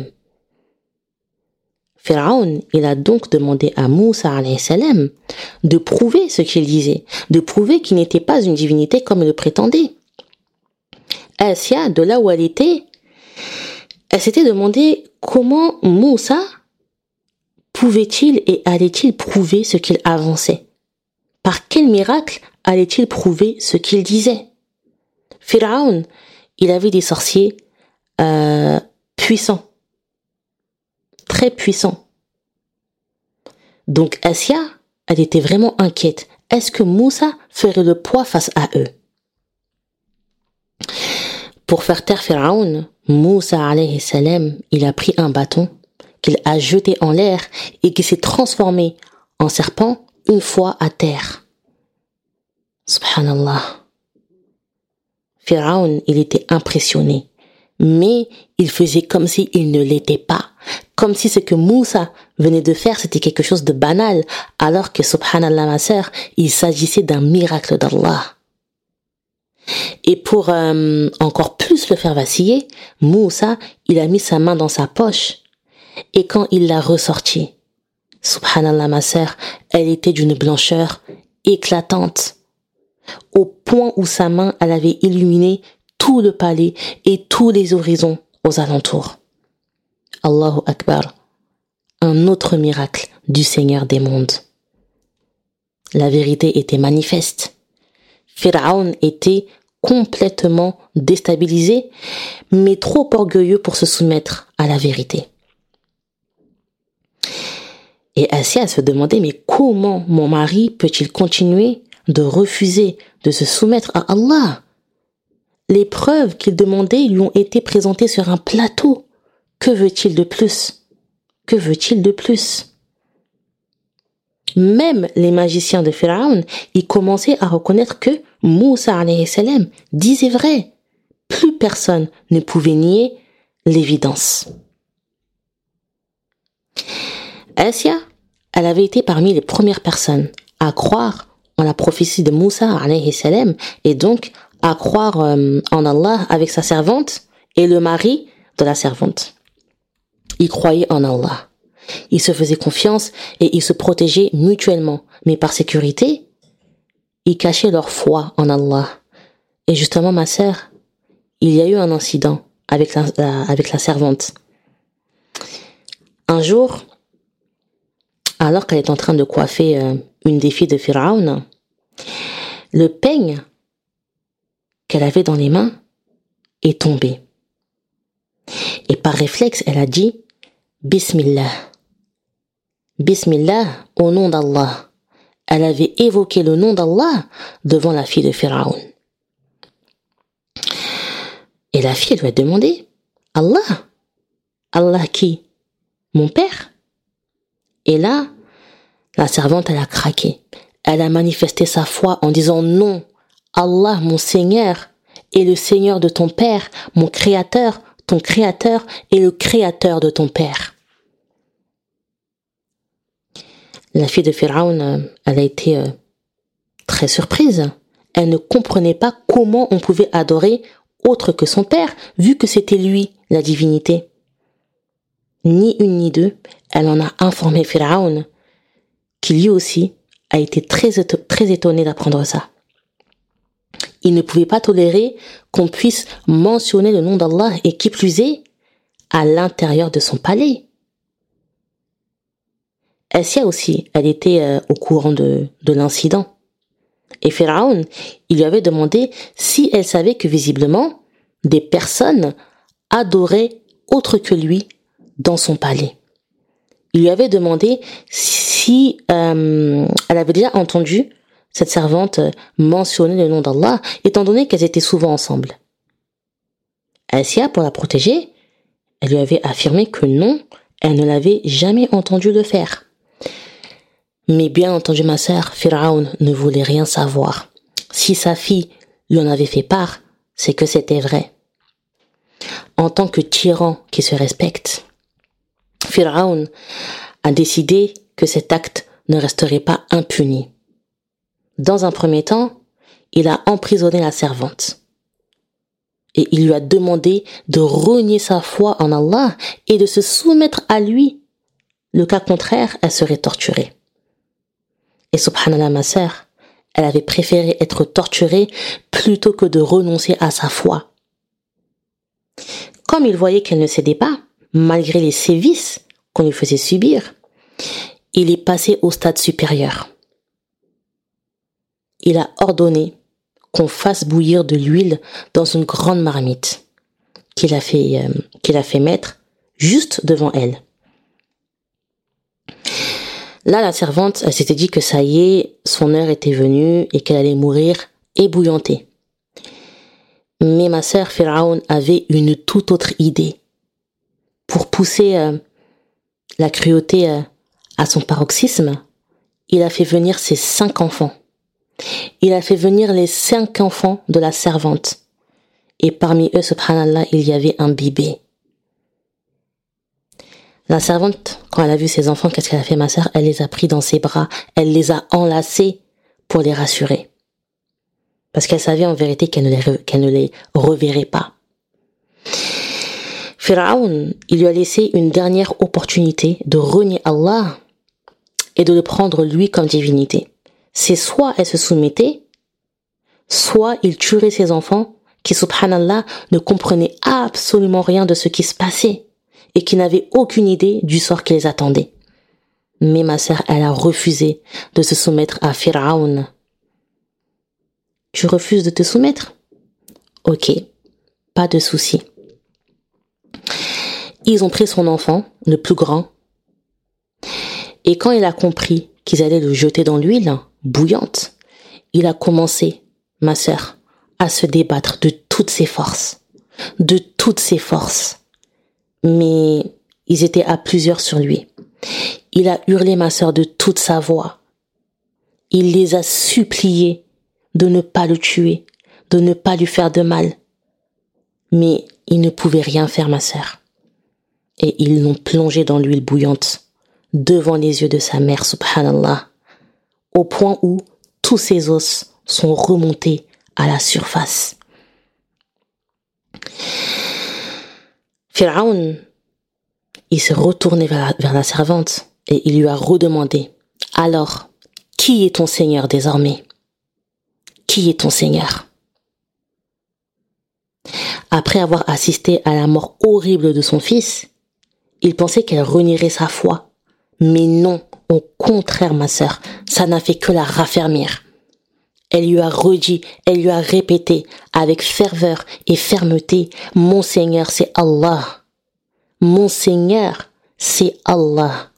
Pharaon, il a donc demandé à Moussa alayhi salam de prouver ce qu'il disait, de prouver qu'il n'était pas une divinité comme il le prétendait. Assia, de là où elle était, elle s'était demandé comment Moussa pouvait-il et allait-il prouver ce qu'il avançait. Par quel miracle allait-il prouver ce qu'il disait? Pharaon, il avait des sorciers puissants, très puissants. Donc Assia, elle était vraiment inquiète. Est-ce que Moussa ferait le poids face à eux? Pour faire taire Pharaon, Moussa alayhi salam, il a pris un bâton qu'il a jeté en l'air et qui s'est transformé en serpent une fois à terre. Subhanallah. Pharaon, il était impressionné, mais il faisait comme s'il ne l'était pas, comme si ce que Moussa venait de faire c'était quelque chose de banal, alors que subhanallah ma sœur, il s'agissait d'un miracle d'Allah. Et pour encore plus le faire vaciller, Moussa, il a mis sa main dans sa poche, et quand il l'a ressortie, subhanallah ma sœur, elle était d'une blancheur éclatante, au point où sa main, elle avait illuminé tout le palais et tous les horizons aux alentours. Allahu Akbar, un autre miracle du Seigneur des mondes. La vérité était manifeste. Pharaon était complètement déstabilisé, mais trop orgueilleux pour se soumettre à la vérité. Et Assia se demandait, mais comment mon mari peut-il continuer de refuser de se soumettre à Allah? Les preuves qu'il demandait lui ont été présentées sur un plateau. Que veut-il de plus? Que veut-il de plus? Même les magiciens de Pharaon, ils commençaient à reconnaître que Moussa alayhi salam disait vrai. Plus personne ne pouvait nier l'évidence. Assia, elle avait été parmi les premières personnes à croire en la prophétie de Moussa alayhi salam et donc à croire en Allah avec sa servante et le mari de la servante. Ils croyaient en Allah. Ils se faisaient confiance et ils se protégeaient mutuellement. Mais par sécurité, ils cachaient leur foi en Allah. Et justement, ma sœur, il y a eu un incident avec la servante. Un jour, alors qu'elle est en train de coiffer une des filles de Pharaon, le peigne qu'elle avait dans les mains est tombé. Et par réflexe, elle a dit « Bismillah ». Bismillah, au nom d'Allah. Elle avait évoqué le nom d'Allah devant la fille de Pharaon. Et la fille lui a demandé « Allah? Allah qui? Mon père ?» Et là, la servante, elle a craqué. Elle a manifesté sa foi en disant « Non, Allah, mon Seigneur, est le Seigneur de ton père, mon Créateur, ton Créateur est le Créateur de ton père. » La fille de Pharaon, elle a été très surprise. Elle ne comprenait pas comment on pouvait adorer autre que son père, vu que c'était lui, la divinité. Ni une ni deux, elle en a informé Pharaon, qui lui aussi a été très étonné d'apprendre ça. Il ne pouvait pas tolérer qu'on puisse mentionner le nom d'Allah et qui plus est, à l'intérieur de son palais. Assia aussi, elle était au courant de l'incident. Et Pharaon, il lui avait demandé si elle savait que visiblement, des personnes adoraient autre que lui dans son palais. Il lui avait demandé si elle avait déjà entendu cette servante mentionner le nom d'Allah, étant donné qu'elles étaient souvent ensemble. Assia, pour la protéger, elle lui avait affirmé que non, elle ne l'avait jamais entendu le faire. Mais bien entendu, ma sœur, Pharaon ne voulait rien savoir. Si sa fille lui en avait fait part, c'est que c'était vrai. En tant que tyran qui se respecte, Pharaon a décidé que cet acte ne resterait pas impuni. Dans un premier temps, il a emprisonné la servante. Et il lui a demandé de renier sa foi en Allah et de se soumettre à lui. Le cas contraire, elle serait torturée. Et subhanallah, ma sœur, elle avait préféré être torturée plutôt que de renoncer à sa foi. Comme il voyait qu'elle ne cédait pas, malgré les sévices qu'on lui faisait subir, il est passé au stade supérieur. Il a ordonné qu'on fasse bouillir de l'huile dans une grande marmite qu'il a fait mettre juste devant elle. Là, la servante, elle s'était dit que ça y est, son heure était venue et qu'elle allait mourir ébouillantée. Mais ma sœur Pharaon avait une toute autre idée. Pour pousser la cruauté à son paroxysme, il a fait venir ses 5 enfants. Il a fait venir les 5 enfants de la servante. Et parmi eux, subhanallah, il y avait un bébé. La servante, quand elle a vu ses enfants, qu'est-ce qu'elle a fait, ma sœur? Elle les a pris dans ses bras. Elle les a enlacés pour les rassurer. Parce qu'elle savait en vérité qu'elle ne les reverrait pas. Pharaon, il lui a laissé une dernière opportunité de renier Allah et de le prendre lui comme divinité. C'est soit elle se soumettait, soit il tuerait ses enfants qui, subhanallah, ne comprenaient absolument rien de ce qui se passait et qui n'avaient aucune idée du sort qui les attendait. Mais ma sœur, elle a refusé de se soumettre à Pharaon. Tu refuses de te soumettre? Ok, pas de souci. Ils ont pris son enfant, le plus grand, et quand il a compris qu'ils allaient le jeter dans l'huile bouillante, il a commencé, ma sœur, à se débattre de toutes ses forces. De toutes ses forces. Mais ils étaient à plusieurs sur lui. Il a hurlé, ma sœur, de toute sa voix. Il les a suppliés de ne pas le tuer, de ne pas lui faire de mal. Mais il ne pouvait rien faire, ma sœur. Et ils l'ont plongé dans l'huile bouillante, devant les yeux de sa mère, subhanallah, au point où tous ses os sont remontés à la surface. Pharaon, il s'est retourné vers la servante et il lui a redemandé: alors, qui est ton Seigneur désormais? Qui est ton Seigneur? Après avoir assisté à la mort horrible de son fils, il pensait qu'elle renierait sa foi. Mais non, au contraire, ma sœur, ça n'a fait que la raffermir. Elle lui a redit, elle lui a répété avec ferveur et fermeté: mon Seigneur, c'est Allah. Mon Seigneur, c'est Allah.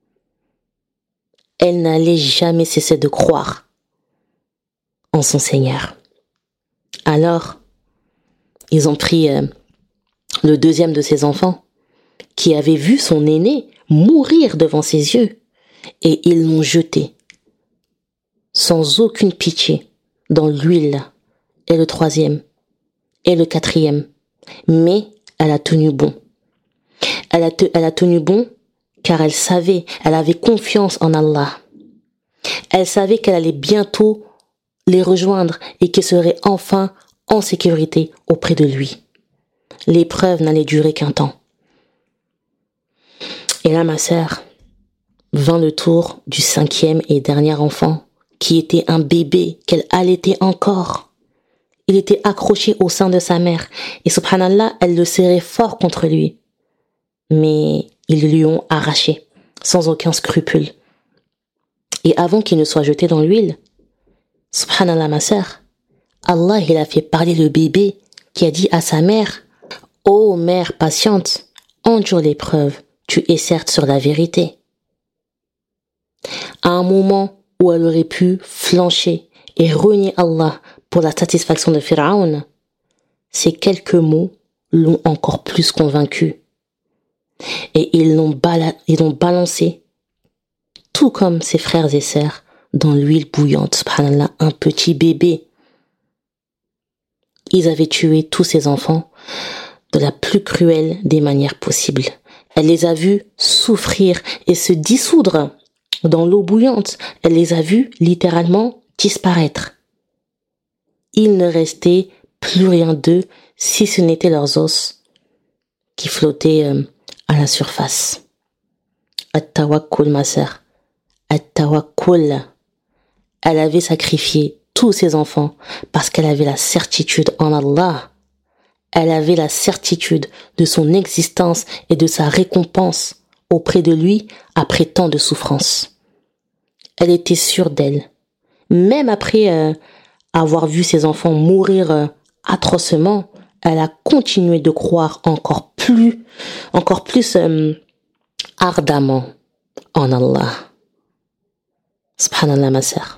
Elle n'allait jamais cesser de croire en son Seigneur. Alors, ils ont pris le deuxième de ses enfants, qui avait vu son aîné mourir devant ses yeux, et ils l'ont jeté, sans aucune pitié, dans l'huile, et le troisième, et le quatrième. Mais elle a tenu bon. Elle a tenu bon car elle savait, elle avait confiance en Allah. Elle savait qu'elle allait bientôt les rejoindre et qu'elle serait enfin en sécurité auprès de lui. L'épreuve n'allait durer qu'un temps. Et là, ma sœur, vint le tour du 5e et dernier enfant, qui était un bébé qu'elle allaitait encore. Il était accroché au sein de sa mère, et subhanallah, elle le serrait fort contre lui. Mais ils lui ont arraché, sans aucun scrupule. Et avant qu'il ne soit jeté dans l'huile, subhanallah, ma sœur, Allah, il a fait parler le bébé qui a dit à sa mère: ô mère patiente, endure l'épreuve, tu es certes sur la vérité. À un moment où elle aurait pu flancher et renier Allah pour la satisfaction de Pharaon, ces quelques mots l'ont encore plus convaincu. Et ils l'ont balancé, tout comme ses frères et sœurs, dans l'huile bouillante, subhanallah, un petit bébé. Ils avaient tué tous ses enfants de la plus cruelle des manières possibles. Elle les a vus souffrir et se dissoudre dans l'eau bouillante. Elle les a vus littéralement disparaître. Il ne restait plus rien d'eux si ce n'était leurs os qui flottaient à la surface. At-tawakkul, ma sœur. At-tawakkul. Elle avait sacrifié tous ses enfants parce qu'elle avait la certitude en Allah. Elle avait la certitude de son existence et de sa récompense auprès de lui après tant de souffrances. Elle était sûre d'elle. Même après avoir vu ses enfants mourir atrocement, elle a continué de croire encore plus ardemment en Allah. Subhanallah, ma sœur.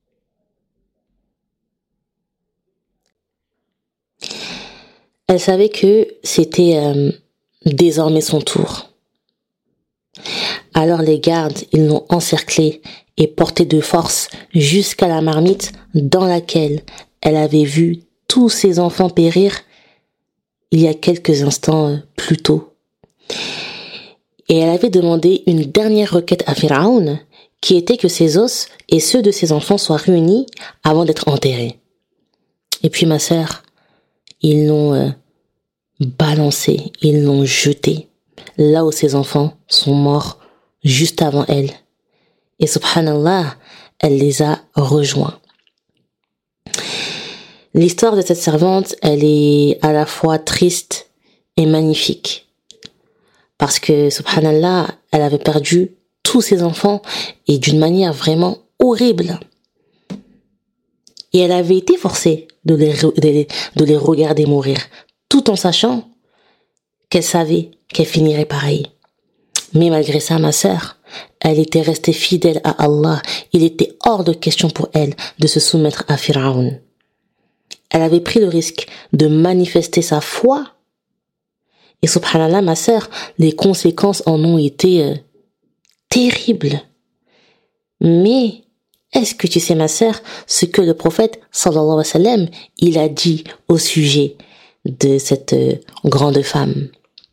Elle savait que c'était désormais son tour. Alors les gardes, ils l'ont encerclée et portée de force jusqu'à la marmite dans laquelle elle avait vu tous ses enfants périr il y a quelques instants plus tôt. Et elle avait demandé une dernière requête à Pharaon, qui était que ses os et ceux de ses enfants soient réunis avant d'être enterrés. Et puis ma sœur, ils l'ont balancé, ils l'ont jeté là où ses enfants sont morts juste avant elle. Et subhanallah, elle les a rejoints. L'histoire de cette servante, elle est à la fois triste et magnifique. Parce que, subhanallah, elle avait perdu tous ses enfants et d'une manière vraiment horrible. Et elle avait été forcée de les regarder mourir, tout en sachant qu'elle savait qu'elle finirait pareil. Mais malgré ça, ma sœur, elle était restée fidèle à Allah. Il était hors de question pour elle de se soumettre à Pharaon. Elle avait pris le risque de manifester sa foi. Et subhanallah, ma sœur, les conséquences en ont été terribles. Mais est-ce que tu sais, ma sœur, ce que le prophète, sallallahu alayhi wa sallam, il a dit au sujet de cette grande femme?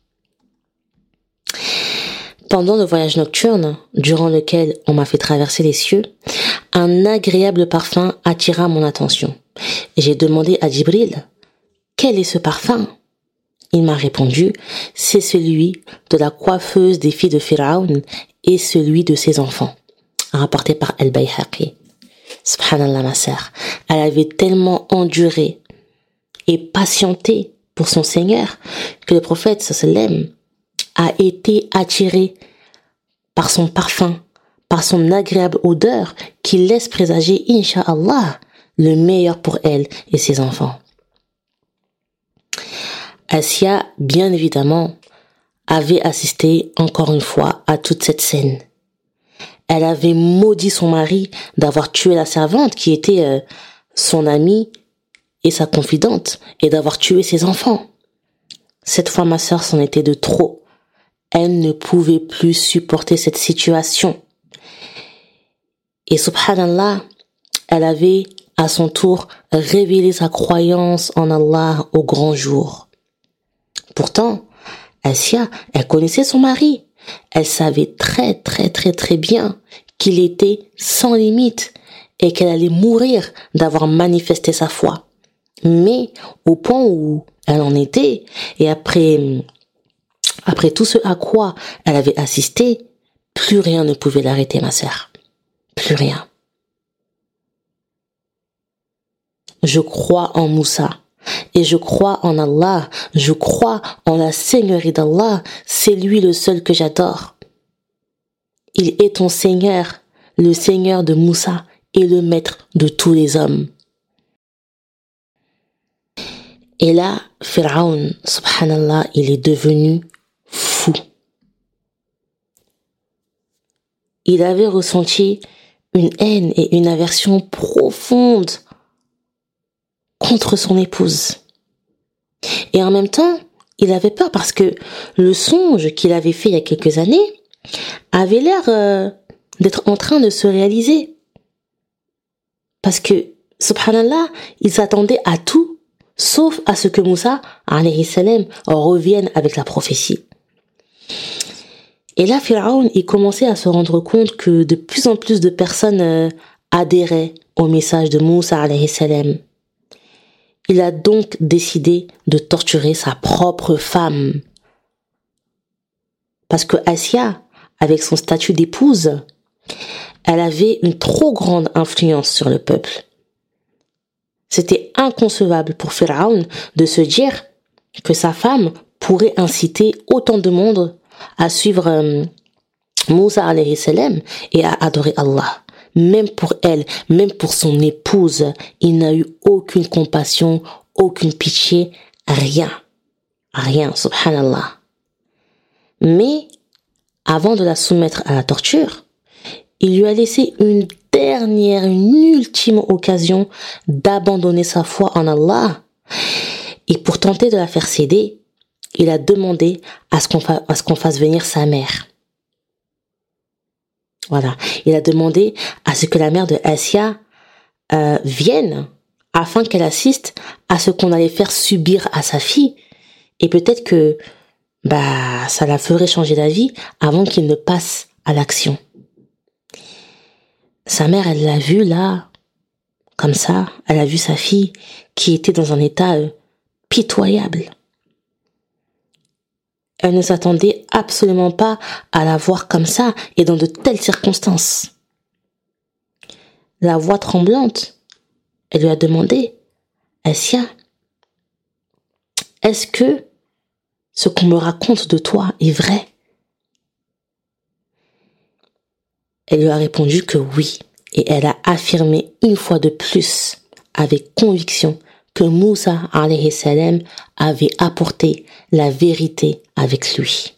Pendant le voyage nocturne, durant lequel on m'a fait traverser les cieux, un agréable parfum attira mon attention. Et j'ai demandé à Djibril, quel est ce parfum? Il m'a répondu, c'est celui de la coiffeuse des filles de Pharaon et celui de ses enfants. Rapporté par Al-Bayhaqi. Subhanallah, ma sœur. Elle avait tellement enduré et patienté pour son Seigneur que le prophète sallam a été attiré par son parfum, par son agréable odeur qui laisse présager, Inch'Allah, le meilleur pour elle et ses enfants. Assia, bien évidemment, avait assisté encore une fois à toute cette scène. Elle avait maudit son mari d'avoir tué la servante qui était son amie et sa confidente et d'avoir tué ses enfants. Cette fois, ma sœur, c'en était de trop. Elle ne pouvait plus supporter cette situation. Et subhanallah, elle avait à son tour révélé sa croyance en Allah au grand jour. Pourtant, Assia, elle connaissait son mari. Elle savait très bien qu'il était sans limite et qu'elle allait mourir d'avoir manifesté sa foi. Mais au point où elle en était, et après tout ce à quoi elle avait assisté, plus rien ne pouvait l'arrêter, ma sœur. Plus rien. Je crois en Moussa. Et je crois en Allah, je crois en la Seigneurie d'Allah, c'est lui le seul que j'adore. Il est ton Seigneur, le Seigneur de Moussa et le maître de tous les hommes. Et là, Pharaon, subhanallah, il est devenu fou. il avait ressenti une haine et une aversion profonde contre son épouse. Et en même temps, il avait peur parce que le songe qu'il avait fait il y a quelques années avait l'air d'être en train de se réaliser. Parce que, subhanallah, il s'attendait à tout, sauf à ce que Moussa, alayhi salam, revienne avec la prophétie. Et là, Pharaon, il commençait à se rendre compte que de plus en plus de personnes adhéraient au message de Moussa, alayhi salam. Il a donc décidé de torturer sa propre femme. Parce que Assia, avec son statut d'épouse, elle avait une trop grande influence sur le peuple. C'était inconcevable pour Pharaon de se dire que sa femme pourrait inciter autant de monde à suivre Moussa alayhi salam et à adorer Allah. Même pour elle, même pour son épouse, il n'a eu aucune compassion, aucune pitié, rien, subhanallah. Mais, avant de la soumettre à la torture, il lui a laissé une ultime occasion d'abandonner sa foi en Allah. Et pour tenter de la faire céder, il a demandé à ce qu'on fasse venir sa mère. Voilà, il a demandé à ce que la mère de Assia vienne afin qu'elle assiste à ce qu'on allait faire subir à sa fille. Et peut-être que ça la ferait changer d'avis avant qu'il ne passe à l'action. Sa mère, elle l'a vu là, comme ça, elle a vu sa fille qui était dans un état pitoyable. Elle ne s'attendait absolument pas à la voir comme ça et dans de telles circonstances. La voix tremblante, elle lui a demandé, Assia, est-ce que ce qu'on me raconte de toi est vrai? Elle lui a répondu que oui, et elle a affirmé une fois de plus, avec conviction, que Moussa alayhi salam avait apporté la vérité avec lui.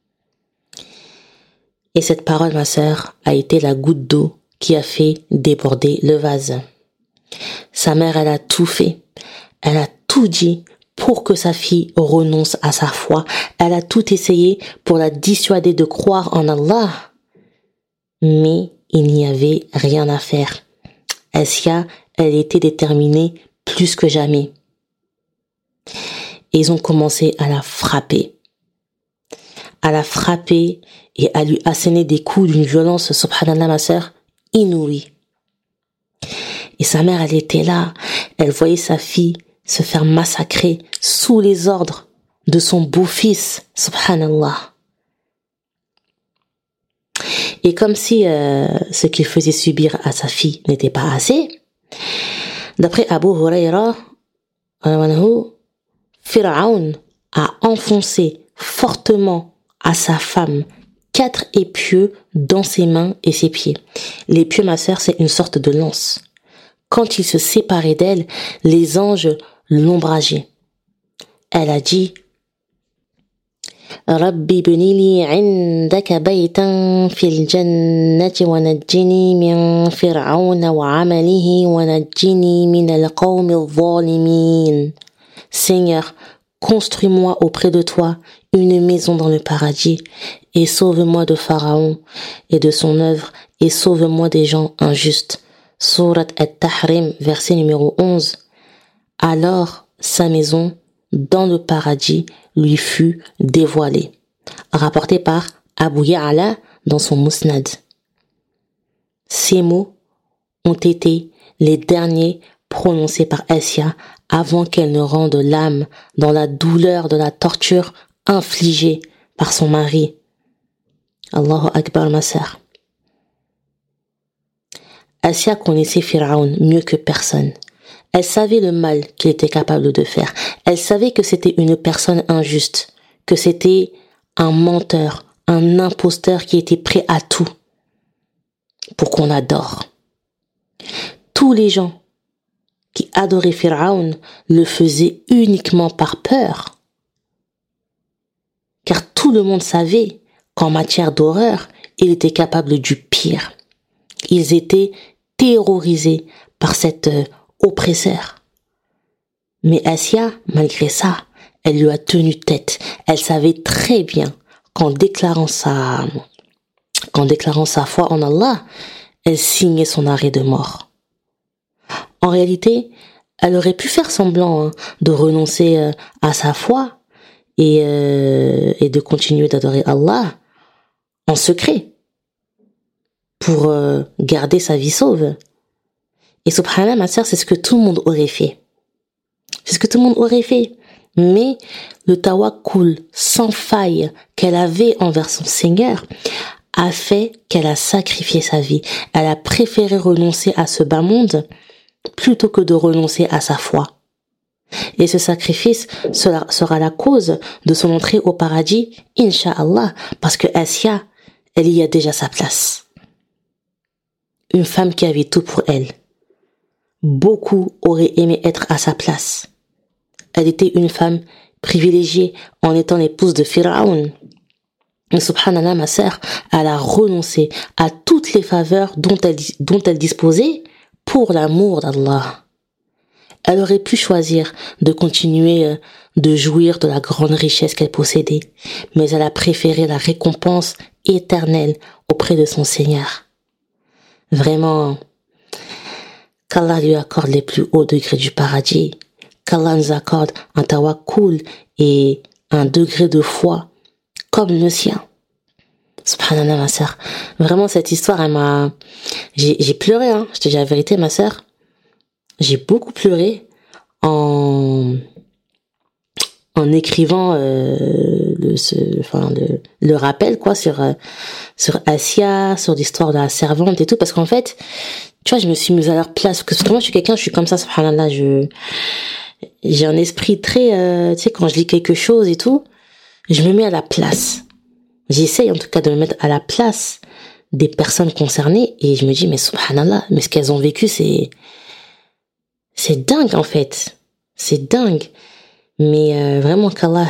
Et cette parole, ma sœur, a été la goutte d'eau qui a fait déborder le vase. Sa mère, elle a tout fait. Elle a tout dit pour que sa fille renonce à sa foi. Elle a tout essayé pour la dissuader de croire en Allah. Mais il n'y avait rien à faire. Assia, elle était déterminée plus que jamais. Et ils ont commencé à la frapper. Et à lui asséner des coups d'une violence, subhanallah ma sœur, inouïe. Et sa mère, elle était là. Elle voyait sa fille se faire massacrer sous les ordres de son beau-fils, subhanallah. Et comme si ce qu'il faisait subir à sa fille n'était pas assez, d'après Abu Huraira, Pharaon a enfoncé fortement à sa femme 4 épieux dans ses mains et ses pieds. L'épieu, ma sœur, c'est une sorte de lance. Quand il se séparait d'elle, les anges l'ombrageaient. Elle a dit, Rabbi bnili indaka baytan fil jannati wa najjini min fir'auna wa amalihi wa najjini min al-qawmi al-zalimin. Seigneur, construis-moi auprès de toi une maison dans le paradis et sauve-moi de Pharaon et de son œuvre et sauve-moi des gens injustes. Surat At-Tahrim, verset numéro 11. Alors sa maison dans le paradis lui fut dévoilée. Rapporté par Abu Ya'la dans son Musnad. Ces mots ont été les derniers prononcés par Assia avant qu'elle ne rende l'âme dans la douleur de la torture infligée par son mari. Allahu Akbar, ma sœur. Assia connaissait Pharaon mieux que personne. Elle savait le mal qu'il était capable de faire. Elle savait que c'était une personne injuste, que c'était un menteur, un imposteur qui était prêt à tout pour qu'on adore. Tous les gens qui adoraient Pharaon le faisaient uniquement par peur. Car tout le monde savait qu'en matière d'horreur, il était capable du pire. pire. Ils étaient terrorisés par cet oppresseur. Mais Assia, malgré ça, elle lui a tenu tête. Elle savait très bien qu'en déclarant sa foi en Allah, elle signait son arrêt de mort. En réalité, elle aurait pu faire semblant de renoncer à sa foi et de continuer d'adorer Allah en secret pour garder sa vie sauve. Et subhanallah, ma sœur, c'est ce que tout le monde aurait fait. C'est ce que tout le monde aurait fait. Mais le tawakkul sans faille qu'elle avait envers son Seigneur a fait qu'elle a sacrifié sa vie. Elle a préféré renoncer à ce bas monde plutôt que de renoncer à sa foi. Et ce sacrifice sera la cause de son entrée au paradis, Inch'Allah, parce que Assia, elle y a déjà sa place. Une femme qui avait tout pour elle. Beaucoup auraient aimé être à sa place. Elle était une femme privilégiée en étant l'épouse de Pharaon. Et subhanallah, ma sœur, elle a renoncé à toutes les faveurs dont elle disposait pour l'amour d'Allah. Elle aurait pu choisir de continuer de jouir de la grande richesse qu'elle possédait, mais elle a préféré la récompense éternelle auprès de son Seigneur. Vraiment, qu'Allah lui accorde les plus hauts degrés du paradis, qu'Allah nous accorde un tawakkul et un degré de foi comme le sien. Subhanallah, ma sœur. Vraiment, cette histoire, j'ai pleuré, je te dis la vérité, ma sœur. J'ai beaucoup pleuré en écrivant le rappel quoi sur Assia, sur l'histoire de la servante et tout, parce qu'en fait, tu vois, je me suis mise à leur place, parce que moi je suis comme ça, subhanallah, j'ai un esprit très tu sais, quand je lis quelque chose et tout, je me mets à la place. J'essaye en tout cas de me mettre à la place des personnes concernées et je me dis, mais subhanallah, mais ce qu'elles ont vécu, c'est dingue en fait. C'est dingue. Mais vraiment qu'Allah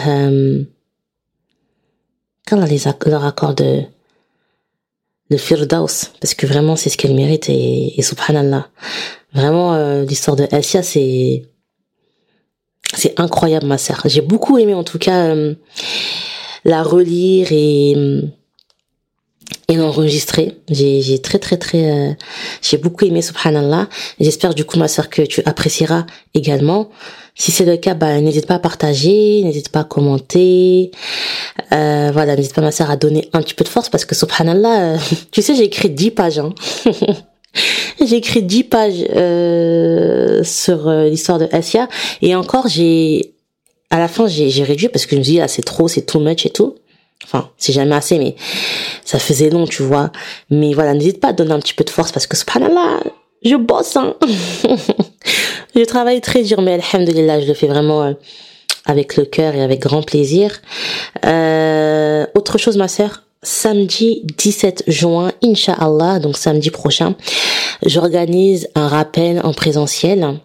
leur accorde le firdaus, parce que vraiment c'est ce qu'elle mérite et subhanallah. Vraiment l'histoire de Assia, c'est incroyable, ma sœur. J'ai beaucoup aimé en tout cas la relire et l'enregistrer. J'ai très j'ai beaucoup aimé, subhanallah. J'espère du coup, ma sœur, que tu apprécieras également. Si c'est le cas, n'hésite pas à partager, n'hésite pas à commenter. Voilà, n'hésite pas, ma sœur, à donner un petit peu de force, parce que subhanallah, tu sais, j'ai écrit 10 pages, J'ai écrit 10 pages sur l'histoire de Assia, et encore à la fin j'ai réduit parce que je me dis c'est trop, c'est too much et tout. Enfin, c'est jamais assez, mais ça faisait long, tu vois. Mais voilà, n'hésite pas à donner un petit peu de force, parce que subhanallah, je bosse, Je travaille très dur, mais alhamdulillah, je le fais vraiment avec le cœur et avec grand plaisir. Autre chose, ma sœur, samedi 17 juin, Inch'Allah, donc samedi prochain, j'organise un rappel en présentiel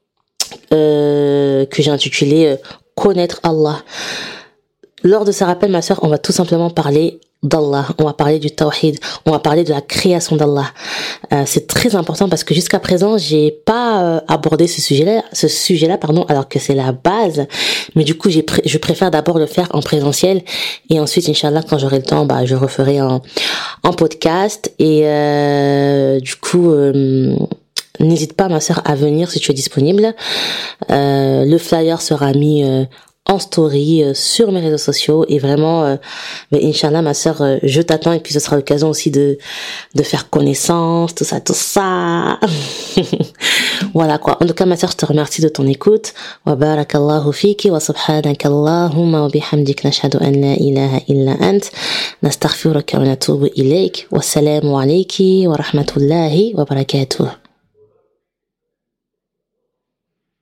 que j'ai intitulé Connaître Allah. Lors de ce rappel, ma sœur, on va tout simplement parler d'Allah, on va parler du tawhid, on va parler de la création d'Allah. C'est très important parce que jusqu'à présent, j'ai pas abordé ce sujet-là, alors que c'est la base. Mais du coup, je préfère d'abord le faire en présentiel, et ensuite, Inch'Allah, quand j'aurai le temps, je referai en podcast. Et du coup, n'hésite pas, ma sœur, à venir si tu es disponible. Le flyer sera mis en story sur mes réseaux sociaux, et vraiment Inch'Allah, ma sœur, je t'attends, et puis ce sera l'occasion aussi de faire connaissance, tout ça. Voilà quoi. En tout cas, ma sœur, je te remercie de ton écoute. Wa barakallahu fiki wa subhanakallahumma wa bihamdik, nashhadu an la ilaha illa ant, nastaghfiruka wa natubu ilayk. Wassalamu alayki wa rahmatullahi wa barakatuh.